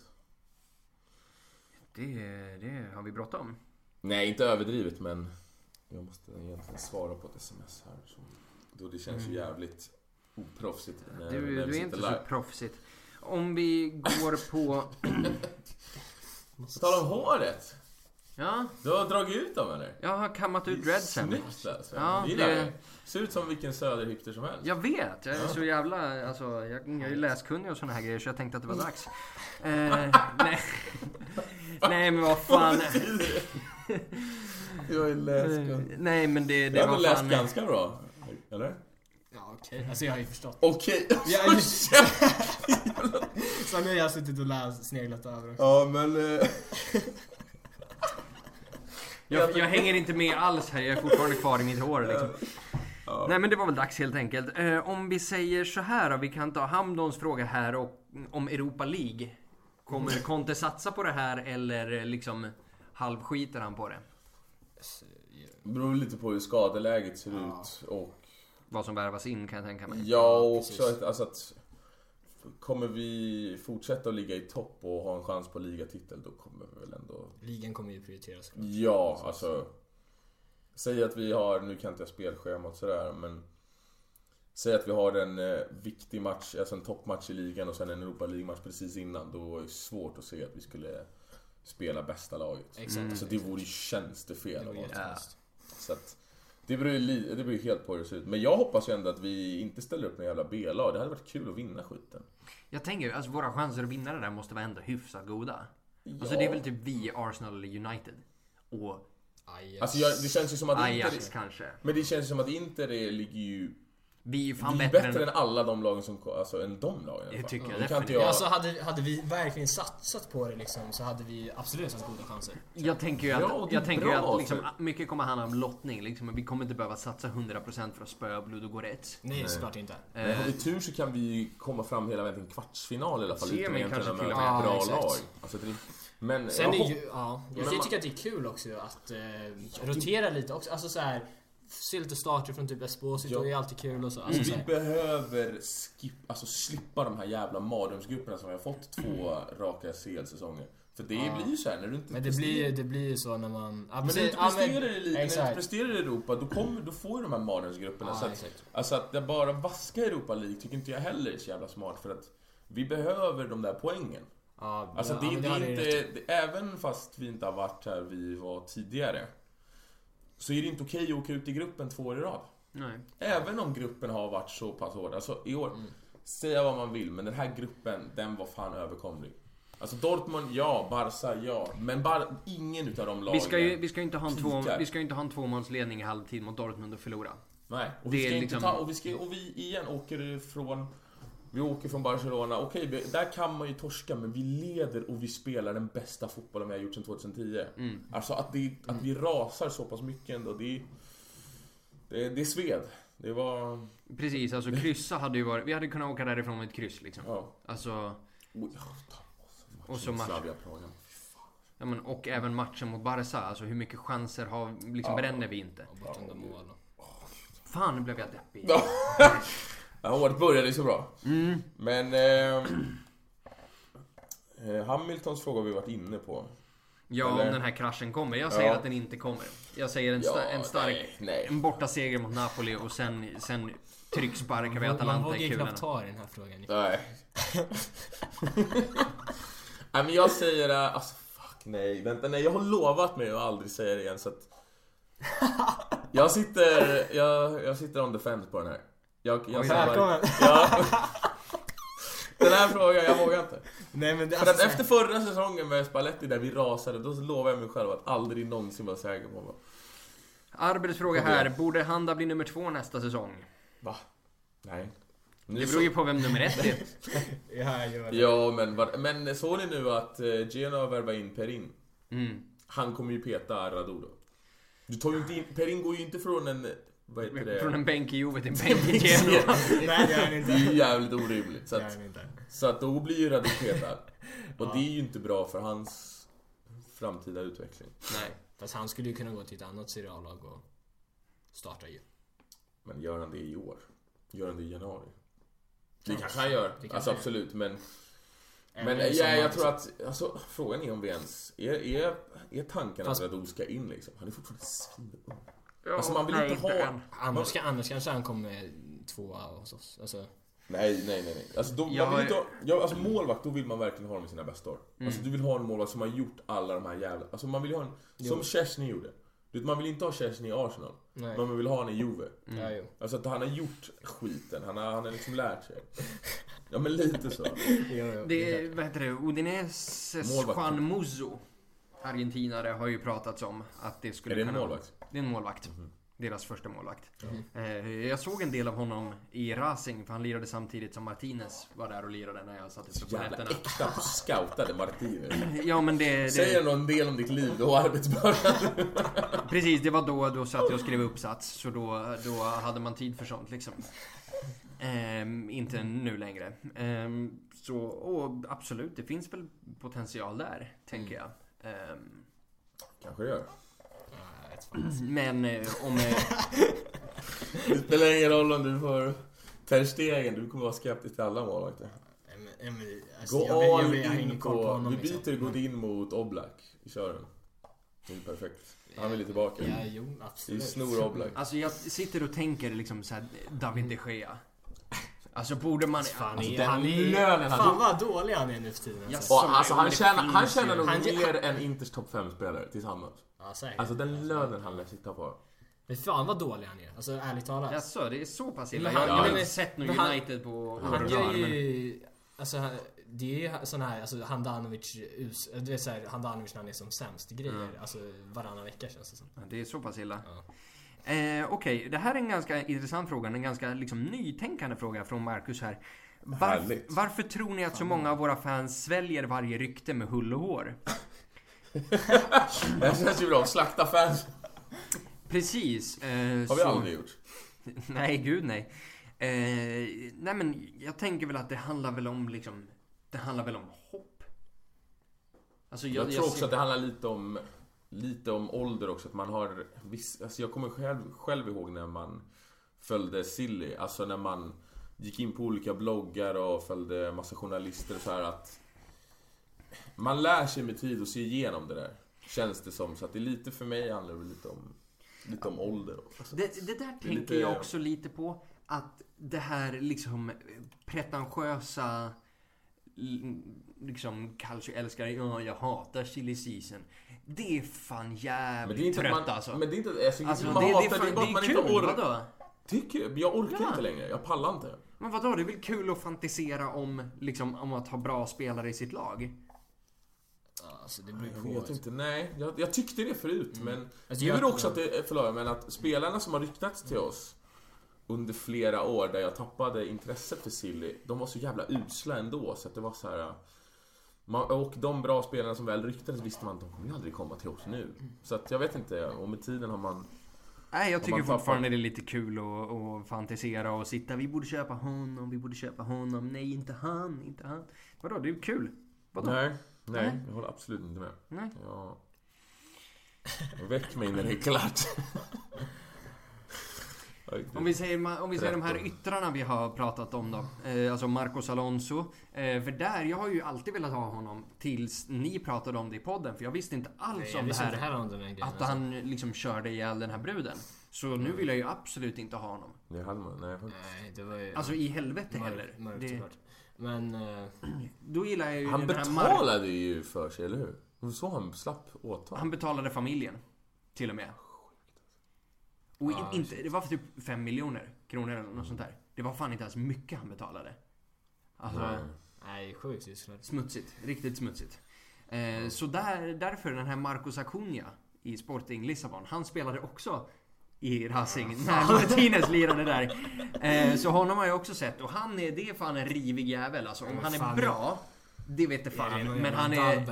Det har vi bråttom. Nej, inte överdrivet, men jag måste egentligen svara på ett sms här. Då det känns ju jävligt oproffsigt. Du är inte så proffsigt. Om vi går på... Tala om håret. Ja. Du har dragit ut dem eller? Jag har kammat ut dreadsen. Snyggt alltså. Ja, det ser ut som vilken söderhipster som helst. Jag vet, jag är så jävla... Alltså, jag är ju läskunnig och såna här grejer så jag tänkte att det var dags. Nej men vad fan. Jag är läskunnig. Nej men det jag var har läst fan... ganska bra. Eller? Ja okej. Alltså jag har ju förstått. Okej. Så nu har jag suttit och sneglat över också. Ja men... Jag hänger inte med alls här, jag är fortfarande kvar i mitt hår liksom. Ja. Nej men det var väl dags helt enkelt. Om vi säger så här då, vi kan ta Hamdons fråga här och, om Europa League. Kommer Conte satsa på det här eller liksom halvskiter han på det? Det beror lite på hur skadeläget ser ut och vad som värvas in kan jag tänka mig. Ja, och också att kommer vi fortsätta att ligga i topp och ha en chans på ligatitel, då kommer vi väl ändå... Ligan kommer ju prioriteras. Ja, alltså... Säg att vi har... Nu kan inte jag spelschemat sådär, men... Säg att vi har en viktig match, alltså en toppmatch i ligan och sen en Europa League-match precis innan. Då är det svårt att se att vi skulle spela bästa laget. Exakt. Alltså det vore ju tjänstefel. Så att... Det beror ju helt på hur det ser ut. Men jag hoppas ju ändå att vi inte ställer upp en jävla B-lag. Det hade varit kul att vinna skiten. Jag tänker, alltså våra chanser att vinna det där måste vara ändå hyfsat goda. Ja. Alltså det är väl typ vi, Arsenal eller United. Och Ajax. Alltså det känns ju som att Ajax kanske. Men det känns som att Inter ligger ju... Vi är fan bättre än alla de lagen som... Alltså än de lagen. Det tycker jag definitivt. Alltså hade vi verkligen satsat på det liksom, så hade vi absolut haft goda chanser. Jag tänker ju att liksom, mycket kommer handla om lottning liksom, vi kommer inte behöva satsa 100% för att spöa Blue och gå rätt. Nej, såklart inte. Men har vi tur så kan vi komma fram hela vägen till en kvartsfinal i alla fall. Semin kanske till och med. Bra lag. Alltså, men sen jag tycker att det är kul också att rotera lite också. Alltså så här, se lite starter från typ Esposito, det är alltid kul och så. Alltså, vi behöver slippa de här jävla mardrömsgrupperna som vi har fått 2 raka CL-säsonger. För det blir ju så här när du inte... Men det blir ju så när man... Men när du inte presterar i eliten, när du inte presterar i Europa, då får ju de här mardrömsgrupperna. Så att det bara vaska Europa League tycker inte jag heller är så jävla smart. För att vi behöver de där poängen. Alltså det är inte... Även fast vi inte har varit här vi var tidigare, så är det inte okej att åka ut i gruppen 2 år i rad. Nej. Även om gruppen har varit så pass hård. Alltså i år, säga vad man vill, men den här gruppen, den var fan överkomlig. Alltså Dortmund, ja. Barca, ja. Men bara ingen utav de lagen. Vi ska inte ha en 2-målsledning i halvtid mot Dortmund och förlora. Nej, och vi ska inte ta... Och vi igen åker från... Vi åker från Barcelona. Okej, där kan man ju torska, men vi leder och vi spelar den bästa fotbollen vi har gjort sedan 2010. Alltså att vi rasar så pass mycket ändå, det är sved. Det var... Precis, alltså kryssa hade ju varit... Vi hade kunnat åka därifrån med ett kryss liksom. Ja. Alltså... Och så ja, men, och även matchen mot Barca. Alltså hur mycket chanser bränner vi inte. Fan, nu blev jag deppig. Året började så bra. Men Hamiltons fråga har vi varit inne på. Ja, eller? Om den här kraschen kommer. Jag säger att den inte kommer. Jag säger en stark en borta seger mot Napoli och sen trycksparkar vi Atalanta i kulorna. Man vågar knappt ta i den här frågan. Nej. Nej, men jag säger alltså fuck. Nej, vänta, nej, jag har lovat mig att aldrig säga det igen så att jag sitter on the fence på den här. Välkommen. Den här frågan, jag vågar inte. Nej, men det, för att efter förra säsongen med Spalletti där vi rasade, då lovade jag mig själv att aldrig någonsin vara säker på mig. Arbets fråga här, borde Handa bli nummer 2 nästa säsong? Va? Nej. Det beror ju på vem nummer 1 är. Ja, men såg ni nu att Genoa värvar in Perin? Han kommer ju peta Radu då. Du tar ju inte in, Perin går ju inte från en... Vad heter det? Från en bänk i Juve till en bänk i Genoa. Nej, det är han inte. Det är ju jävligt orimligt. Så att då blir ju Radu petad. Och det är ju inte bra för hans framtida utveckling. Nej, fast han skulle ju kunna gå till ett annat seriallag och starta ju. Men gör han det i år? Gör han det i januari? Det kanske han gör, alltså absolut, men jag tror att alltså, frågan är om vi ens är tanken att Radu ska in liksom. Han är fortfarande svinung. Alltså man vill inte ha... Annars kanske han kommer 2 hos oss. Alltså... Nej. Alltså, alltså målvakt, då vill man verkligen ha dem i sina bästa år. Alltså du vill ha en målvakt som har gjort alla de här jävla... Alltså man vill ha en... Som Chesney gjorde. Man vill inte ha Chesney i Arsenal. Nej. Man vill ha en i Juve. Alltså att han har gjort skiten. Han har liksom lärt sig. Ja, men lite så. Det är, vad heter det? Udineses Juan Musso, argentinare, har ju pratats om att det skulle kunna... Är det en målvakt? Det är en målvakt. Deras första målvakt. Jag såg en del av honom i Racing, för han lirade samtidigt som Martinez var där och lirade när jag satt uppe på nätterna. Äkta scoutade Martinez. Ja, men det... Säger någon del om ditt liv och arbetsbördan. Precis, det var då satt jag och skrev uppsats. Så då hade man tid för sånt liksom. Inte nu längre. Så, och absolut, det finns väl potential där, tänker jag. Kanske det gör. Men om... Det spelar ingen roll om du får Ter Stegen, du kommer vara skeptisk till alla målvakter. Gå all in på... Vi byter Godin mot Oblak i kören. Det är perfekt. Han vill tillbaka. Ja, jo, absolut. Det är snor Oblak. Alltså jag sitter och tänker liksom så här, David de Gea. Alltså borde man... Fan vad dålig han är nu för tiden. Alltså han tjänar nog mer än Inters topp 5-spelare tillsammans. Alltså den lönen han lär sitta på. Men fan vad dålig han är. Alltså ärligt talat. Jaså, det är så pass illa. Jag har inte sett någon United på... Han gör ju... Alltså det är sån här... Alltså Handanovic... Du vet såhär, Handanovic när han är som sämst grejer. Alltså varannan vecka känns det som. Det är så pass illa. Okej, det här är en ganska intressant fråga. En ganska liksom nytänkande fråga från Marcus här. Varför tror ni att så många av våra fans sväljer varje rykte med hull och hår? Det känns ju bra, slakta fans. Precis. Har vi aldrig gjort? Nej, gud nej. Nej, men jag tänker väl att det handlar väl om liksom... Det handlar väl om hopp. Alltså, jag tror också att det handlar lite om ålder också. Att man har alltså jag kommer själv ihåg när man följde Silly. Alltså när man gick in på olika bloggar och följde massa journalister och så här, att man lär sig med tid och se igenom det där. Känns det som. Så att det är lite, för mig handlar det lite om ålder. Alltså, det där tänker jag också lite på. Att det här liksom pretentiösa liksom calcio-älskare, jag hatar silly season. Det är fan jävligt trött alltså. Men det är inte... Alltså, det är kul, vadå? Jag orkar inte längre, jag pallar inte. Men vadå, det är väl kul att fantisera om att ha bra spelare i sitt lag? Alltså, det blir jag vet inte, nej. Jag tyckte det förut, men... Alltså, jag vet också att spelarna som har ryktats till oss under flera år där jag tappade intresset för Silly, de var så jävla usla ändå, så att det var så här... Och de bra spelarna som väl ryktades visste man att de kommer aldrig komma till oss nu. Så att jag vet inte, och med tiden har man... Nej, jag tycker fortfarande det är lite kul att fantisera och sitta. Vi borde köpa honom. Nej, inte han. Vadå, det är kul. Vadå? Nej, jag håller absolut inte med. Nej. Väck mig när det är klart. Om vi säger de här yttrarna vi har pratat om då. Alltså Marcos Alonso. För där, jag har ju alltid velat ha honom tills ni pratade om det i podden. För jag visste inte alls om det här att han liksom körde ihjäl den här bruden. Så nu vill jag ju absolut inte ha honom. Det hade man, nej, det var ju... Alltså i helvete heller. Men... Då gillar jag ju han betalade ju för sig, eller hur? Så han slapp åtal? Han betalade familjen. Till och med. Och inte, det var för typ 5 miljoner kronor eller något sånt där. Det var fan inte ens mycket han betalade. Alltså... Nej, sjukt. Smutsigt. Riktigt smutsigt. Så därför den här Marcos Acuna i Sporting Lissabon. Han spelade också i Racing när Martinez lirade där. Så honom har jag också sett. Och det är fan en rivig jävel. Alltså, om han är bra, det vet jag fan. Men han är...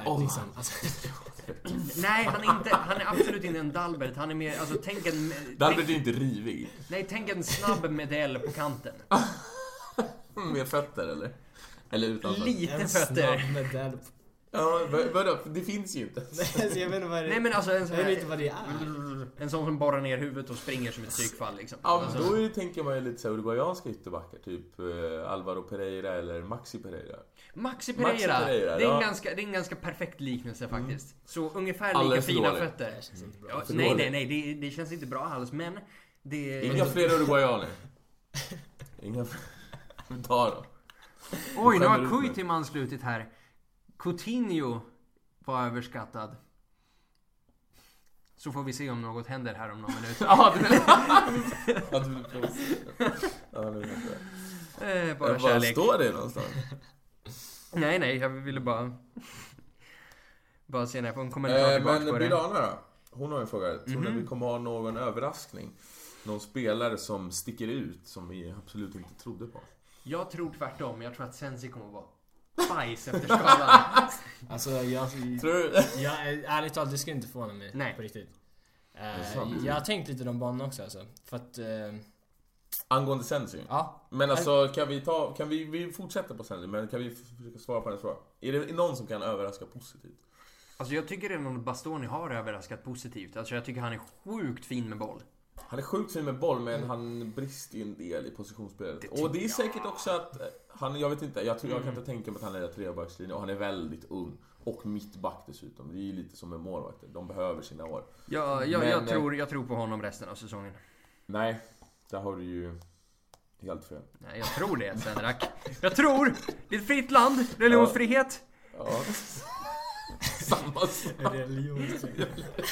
Nej, han är absolut inte en Dalbert. Han är mer... Alltså, Dalbert är inte rivig. Nej, tänk en snabb medell på kanten. Med fötter, eller? Eller utan lite fötter. Ja, vadå? Det finns ju inte. Jag vet inte vad det är. Nej, men alltså jag vet inte vad det är. En sån som borrar ner huvudet och springer som ett psykfall liksom. Ja, alltså, då tänker man ju lite så uruguayanska ytterbackar, typ Alvaro Pereira eller Maxi Pereira. Maxi Pereira, det är en ganska perfekt liknelse faktiskt. Så ungefär lika fina fötter. Det känns inte bra. Ja, nej, det känns inte bra alls, men det... Inga fler uruguayaner. Inga fler. Ta då. Oj, nu har Kuitim anslutit här. Coutinho var överskattad. Så får vi se om något händer här om någon minut. Ja, bara kärlek. Står det någonstans? Nej, jag ville bara se när jag får en kommentar tillbaka på det. Men Bilana då? Hon har en fråga. Tror ni vi kommer ha någon överraskning? Någon spelare som sticker ut som vi absolut inte trodde på? Jag tror tvärtom. Jag tror att Sensi kommer att vara bajs efter skadan. Alltså, ärligt talat, det skulle inte få mig. Nej. På riktigt. Jag har tänkt lite om banan också alltså. För att... Angående Sensi? Ja. Men alltså, kan vi fortsätta på Sensi? Men kan vi försöka svara på den frågan? Är det någon som kan överraska positivt? Alltså jag tycker redan att Bastoni har överraskat positivt. Alltså jag tycker han är sjukt fin med boll. Han är sjukt fin med boll, men han brister ju en del i positionsspelet. Och det är säkert också att jag vet inte, jag kan inte tänka mig att han är trebackslinje, och han är väldigt ung. Och mittback dessutom. Det är ju lite som en målvakt. De behöver sina år. Jag tror på honom resten av säsongen. Nej, där har du ju helt fel. Nej, jag tror det, Senrak. Jag tror! Det är ett fritt land. Religionsfrihet. Ja. Samma sak. Religionsfrihet.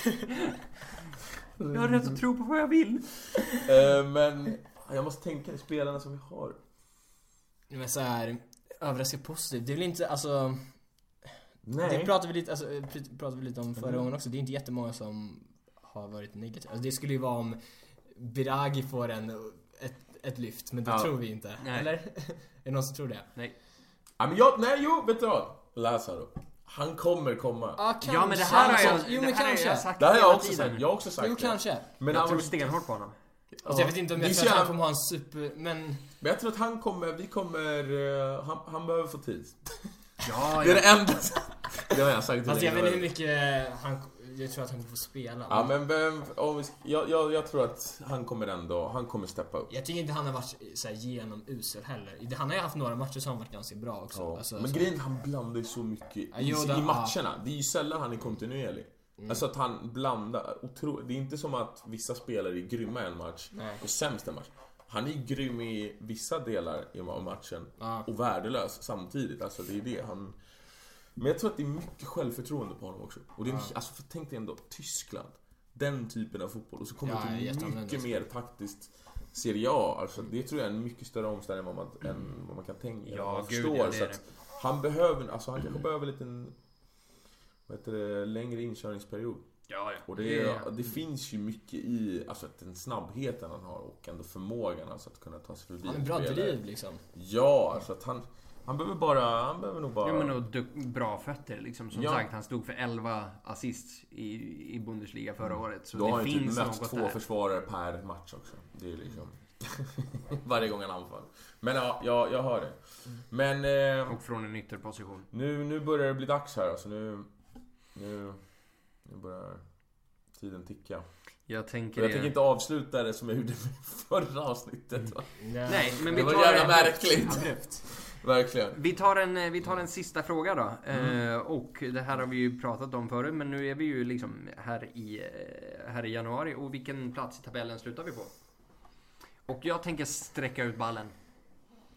Jag har rätt att tro på vad jag vill. Men jag måste tänka på spelarna som vi har. Men så här, överraska positivt. Det är väl inte, alltså... Nej. Det pratade vi lite om förra gången också. Det är inte jättemånga som har varit negativa. Alltså det skulle ju vara om Biragi får ett lyft, men det tror vi inte. Nej. Eller? Är det någon som tror det? Nej. Ja, men vet du vad? Lazaro. Han kommer komma. Kanske. Ja, men det här har jag, jo, men kanske. sagt. Det har jag också sagt. Jag har också sagt det. Kanske. Men jag tror stenhårt på honom. Alltså, jag vet inte om jag tror att han kommer ha en super... Men jag tror att han behöver få tid. Ja, det är det enda. Det har jag sagt till alltså, jag vet inte hur mycket jag tror att han kommer få spela. Ja, men jag tror att han kommer steppa upp. Jag tycker inte han har varit så här genom usel heller. Han har ju haft några matcher som har varit ganska bra också. Ja. Alltså, men grejen, han blandar ju så mycket i matcherna. Det är ju sällan han är kontinuerlig. Alltså att han blandar. Det är inte som att vissa spelare är grymma i en match och sämst en match. Han är grym i vissa delar av matchen och värdelös samtidigt. Alltså det är det han... Men jag tror att det är mycket självförtroende på honom också. Och det är, alltså, tänk dig ändå Tyskland. Den typen av fotboll. Och så kommer det till mycket mer taktiskt Serie A. Alltså, det tror jag är en mycket större omställning än vad man kan tänka. Ja, förstår. Så att han kanske behöver lite längre inkörningsperiod. Ja. Och det finns ju mycket i alltså den snabbheten han har och ändå förmågan alltså, att kunna ta sig förbi. Han är bra driv liksom. Ja, alltså att han behöver nog bara... Ja, men bra fötter liksom. Som sagt, han stod för 11 assist i Bundesliga förra året. Så då har det han finns typ mött 2 där. försvarare per match också. Det är liksom... varje gång han anfall. Men jag hör det. Men... och från en ytterposition. Nu börjar det bli dags här. Alltså nu börjar tiden ticka. Jag tänker inte avsluta det som jag gjorde med förra avsnittet. Va? Nej, men det var jävla märkligt. Verkligen. Vi tar en sista fråga då. Och det här har vi ju pratat om förut, men nu är vi ju liksom här i januari. Och vilken plats i tabellen slutar vi på? Och jag tänker sträcka ut ballen.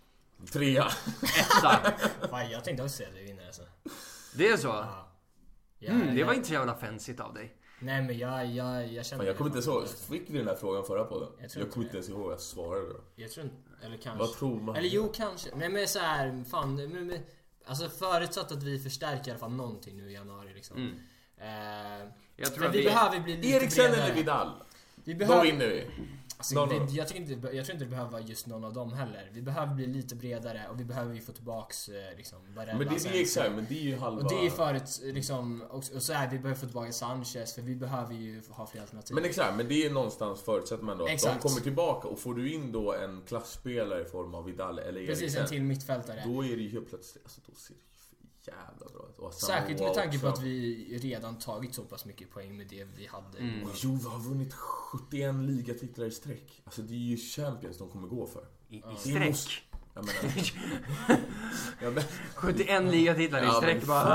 3. 1. Fan, jag tänkte också säga att vi vinner alltså. Det är så? Ja. Det var inte så jävla fancyt av dig. Nej, men jag känner... Jag kommer inte ihåg. Fick vi den här frågan förra podden? Jag kommer inte ens ihåg att jag svarade då. Jag tror inte... Eller kanske... Vad tror man? Eller jo, kanske. Nej, men så här... Fan... Men, alltså förutsatt att vi förstärker i alla fall någonting nu i januari liksom. Jag tror att vi behöver bli lite Eriksen bredare. eller Vidal? Då vinner vi. Alltså, jag tror inte det behöver vara just någon av dem heller. Vi behöver bli lite bredare och vi behöver ju få tillbaks liksom Barella. Men det är exakt, men det är ju halva... Och det är förut liksom, och så här, vi behöver få tillbaka Sanchez för vi behöver ju ha fler alternativ. Men exakt, men det är någonstans förutsätter man då att exakt. de kommer tillbaka och får du in då en klassspelare i form av Vidal eller Eriksen. Precis, en till mittfältare. Då är det ju helt plötsligt, alltså då ser det ju för jävla bra ut. Särskilt med tanke på att vi redan tagit så pass mycket poäng med det vi hade. Och Juve har vunnit 71 ligatitlar i sträck. Alltså det är ju Champions de kommer gå för. I sträck? Jag menar... 71 ligatitlar i sträck bara.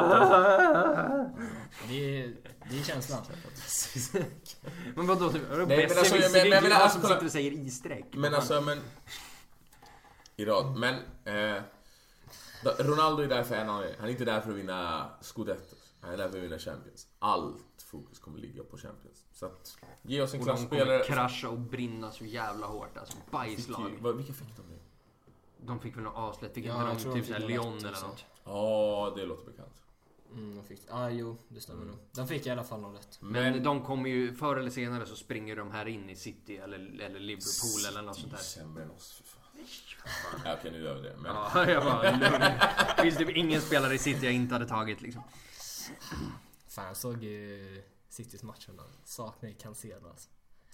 Det är känslan. Men vadå? Nej, men alltså, jag som sitter och säger i sträck. Men alltså, i rad. Men Ronaldo är där för en anledning. Han är inte där för att vinna Scudetto. Han är där för att vinna Champions. Allt fokus kommer ligga på Champions. Så att ge oss en klassspelare. De kommer krascha och brinna så jävla hårt. Alltså bajslag. Vilka fick de nu? De fick väl något avslätt. Fick inte de typ såhär Lyon eller något? Ja, det låter bekant. De fick... jo, det stämmer nog. De fick i alla fall något rätt. Men de kommer ju förr eller senare så springer de här in i City eller Liverpool eller något sånt där. Sämre än oss för fan. Jag kan nu över det. Men... Ja, jag bara lugn. Det finns typ ingen spelare i City jag inte hade tagit liksom. Fan, jag såg ju Citys matchen. Saknar ju Cancelo alltså.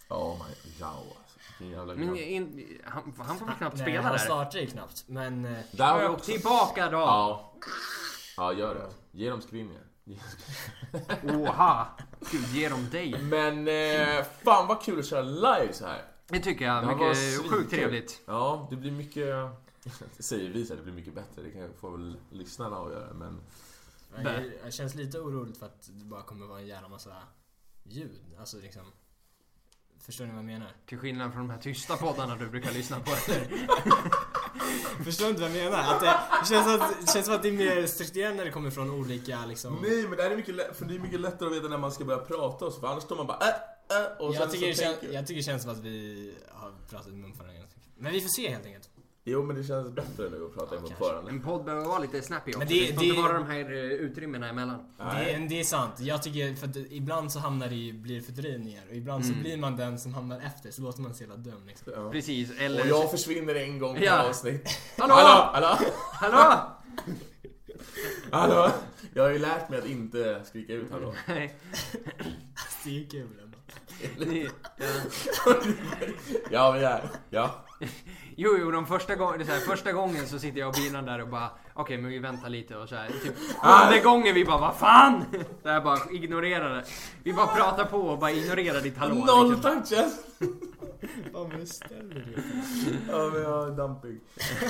Men han får väl knappt spela han där. Han startar ju knappt. Men... Där tillbaka då. Ja, gör det. Ge dem Skriniar. Oha. Gud, ge dem dig. Men fan vad kul att köra live så här. Det tycker jag. Mycket sjukt trevligt. Ja, det blir mycket... Det säger vi så det blir mycket bättre. Det kan få väl lyssnarna att göra, men... Jag känns lite orolig för att det bara kommer vara en jävla massa ljud. Alltså liksom... Förstår ni vad jag menar? Till skillnad från de här tysta poddarna du brukar lyssna på. Förstår inte vad jag menar? Att det känns som att det är mer strukturerat när det kommer från olika liksom... Nej, men det här är mycket för det är mycket lättare att veta när man ska börja prata och så, för annars står man bara och jag tycker det känns som att vi har pratat i munförande. Men vi får se helt enkelt. Jo, men det känns bättre nu att prata i munförande. En podd behöver vara lite snappy också. Men det får inte vara de här utrymmena emellan. Det är sant. Jag tycker, för att ibland så blir fördrivningar och ibland så blir man den som hamnar efter, så låter man sig vara dum liksom. Ja. Precis, eller... Och jag försvinner en gång på avsnitt. Hallå! Jag har ju lärt mig att inte skrika ut hallå. Det är ju kul ändå. Ja, vi är. Ja. Jo, första gången så sitter jag och bilen där och bara okej, men vi väntar lite och så här typ den gången vi bara vad fan? Det här bara ignorera det. Vi bara pratar på och bara ignorerar ditt hallå. Noll liksom. Tack Jess. Vad beställer du? Ja, men jag är dampig.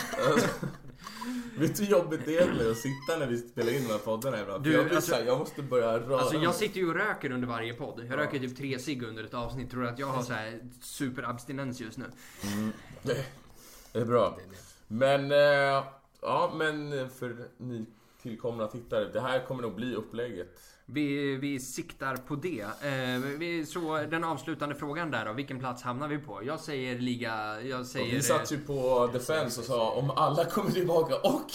Vet du hur jobbigt det är med att sitta när vi spelar in de här poddarna ibland? Jag måste börja röra. Alltså jag sitter ju och röker under varje podd. Jag röker typ 3 cigg under ett avsnitt. Tror du att jag har så här superabstinens just nu? Det är bra. Men men för ni tillkomna tittare, det här kommer nog bli upplägget. Vi siktar på det. Så den avslutande frågan där då, vilken plats hamnar vi på? Jag säger liga, vi satt ju på defense och sa om alla kommer tillbaka och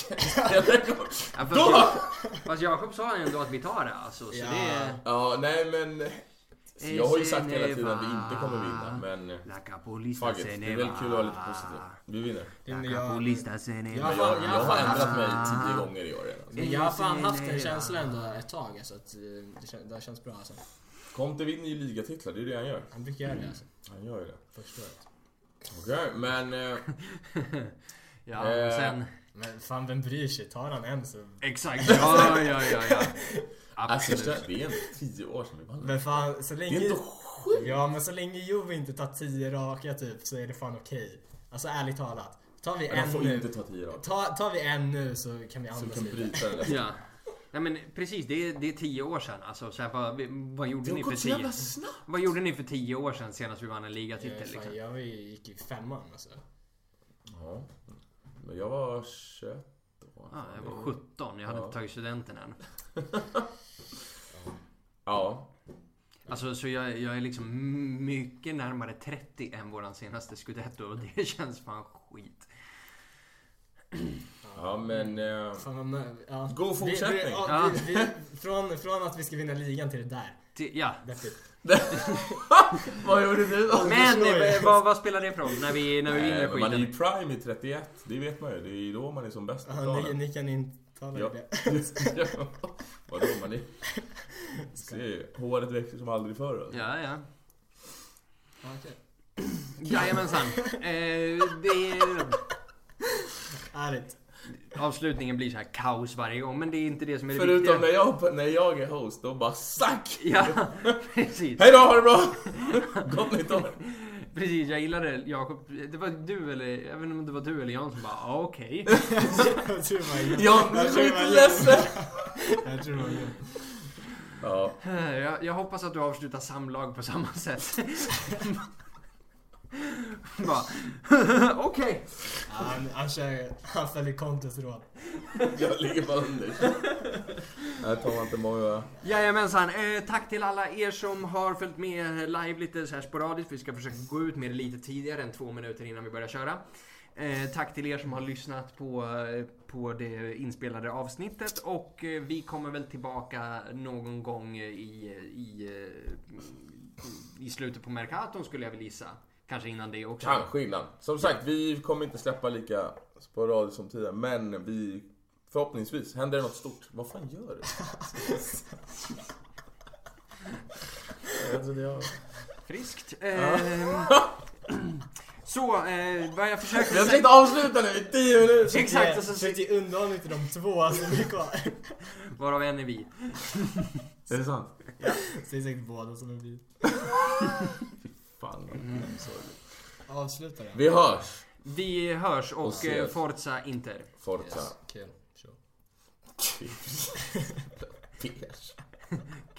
fast Jakob sa ändå att vi tar det alltså, så det... Ja, nej men jag har ju sagt hela tiden att vi inte kommer vinna, men fuck it, det är väl kul att vara lite positiv. Vi vinner. Jag har ändrat mig 10 gånger i år redan. Jag har fan haft en känsla ändå ett tag, så att det har känts bra alltså. Conte vinner ju ligatitlar, det är det han gör. Han brukar göra det alltså. Han gör ju det. Förstår jag. Okej, men sen... Men fan, vem bryr sig? Tar han en så... Exakt, ja. Alltså, det är 10 år sedan vi vann. Men fan, så länge... Det är inte skit. Ja, men så länge Juve inte tar 10 raka typ, så är det fan okej. Alltså ärligt talat. Tar vi en nu... inte ta 10 raka. Tar vi en nu så kan vi andas lite. Bryta det. Ja. Nej men precis, det är 10 år sedan. Alltså, så här, vad gjorde ni för 10? Vad gjorde ni för 10 år sedan senast vi vann en ligatitel? Liksom? Jag gick i 5:an alltså. Ja. Men jag var 21 år. Jag var 17, jag hade inte tagit studenten än. Ja. Alltså så jag är liksom mycket närmare 30 än våran senaste Scudetto och det känns fan skit. Ja men... Ja. God fortsättning. Från att vi ska vinna ligan till det där. Ja. Vad gjorde du då? Men vad spelar det för roll när vi vinner skiten? Man är ju prime i 31, det vet man ju. Det är ju då man är som bäst. Ni kan inte tala det. Vadå man är? Se, håret växer som aldrig förr. Alltså. Ja. Okej. Jajamensan. Härligt. Avslutningen blir så här kaos varje gång, men det är inte det som är det förutom viktiga. när jag är host, då bara sack! Ja, precis. Hej då, ha det bra! Gott nytt år! Precis, jag gillade Jakob. Det var du eller, jag vet inte om det var du eller Jan som bara, okej. Jan, du är lite ledsen! Jag tror det var Jan. Ja. Jag hoppas att du avslutar samlag på samma sätt. Okej. Han följer Contes råd. Jag ligger bara under. Jag tar inte många. Jajamensan, tack till alla er som har följt med live lite så här sporadiskt. Vi ska försöka gå ut med det lite tidigare än 2 minuter innan vi börjar köra. Tack till er som har lyssnat på det inspelade avsnittet. Och vi kommer väl tillbaka någon gång i slutet på Mercaton skulle jag väl gissa. Kanske innan det också. Kanske innan. Som sagt, vi kommer inte släppa lika sporadiskt som tidigare. Men vi, förhoppningsvis, händer det något stort. Vad fan gör det? Friskt. Så, vad jag försökte säga... Jag försökte avsluta nu i 10 minuter. Exakt. Och så försökte jag undan till de 2 som är kvar. Varav en är vi. Är det sant? Ja, det är säkert båda som är vi. Fan. Avsluta det. Vi hörs och Forza Inter. Forza. Kul. Sure. Peers.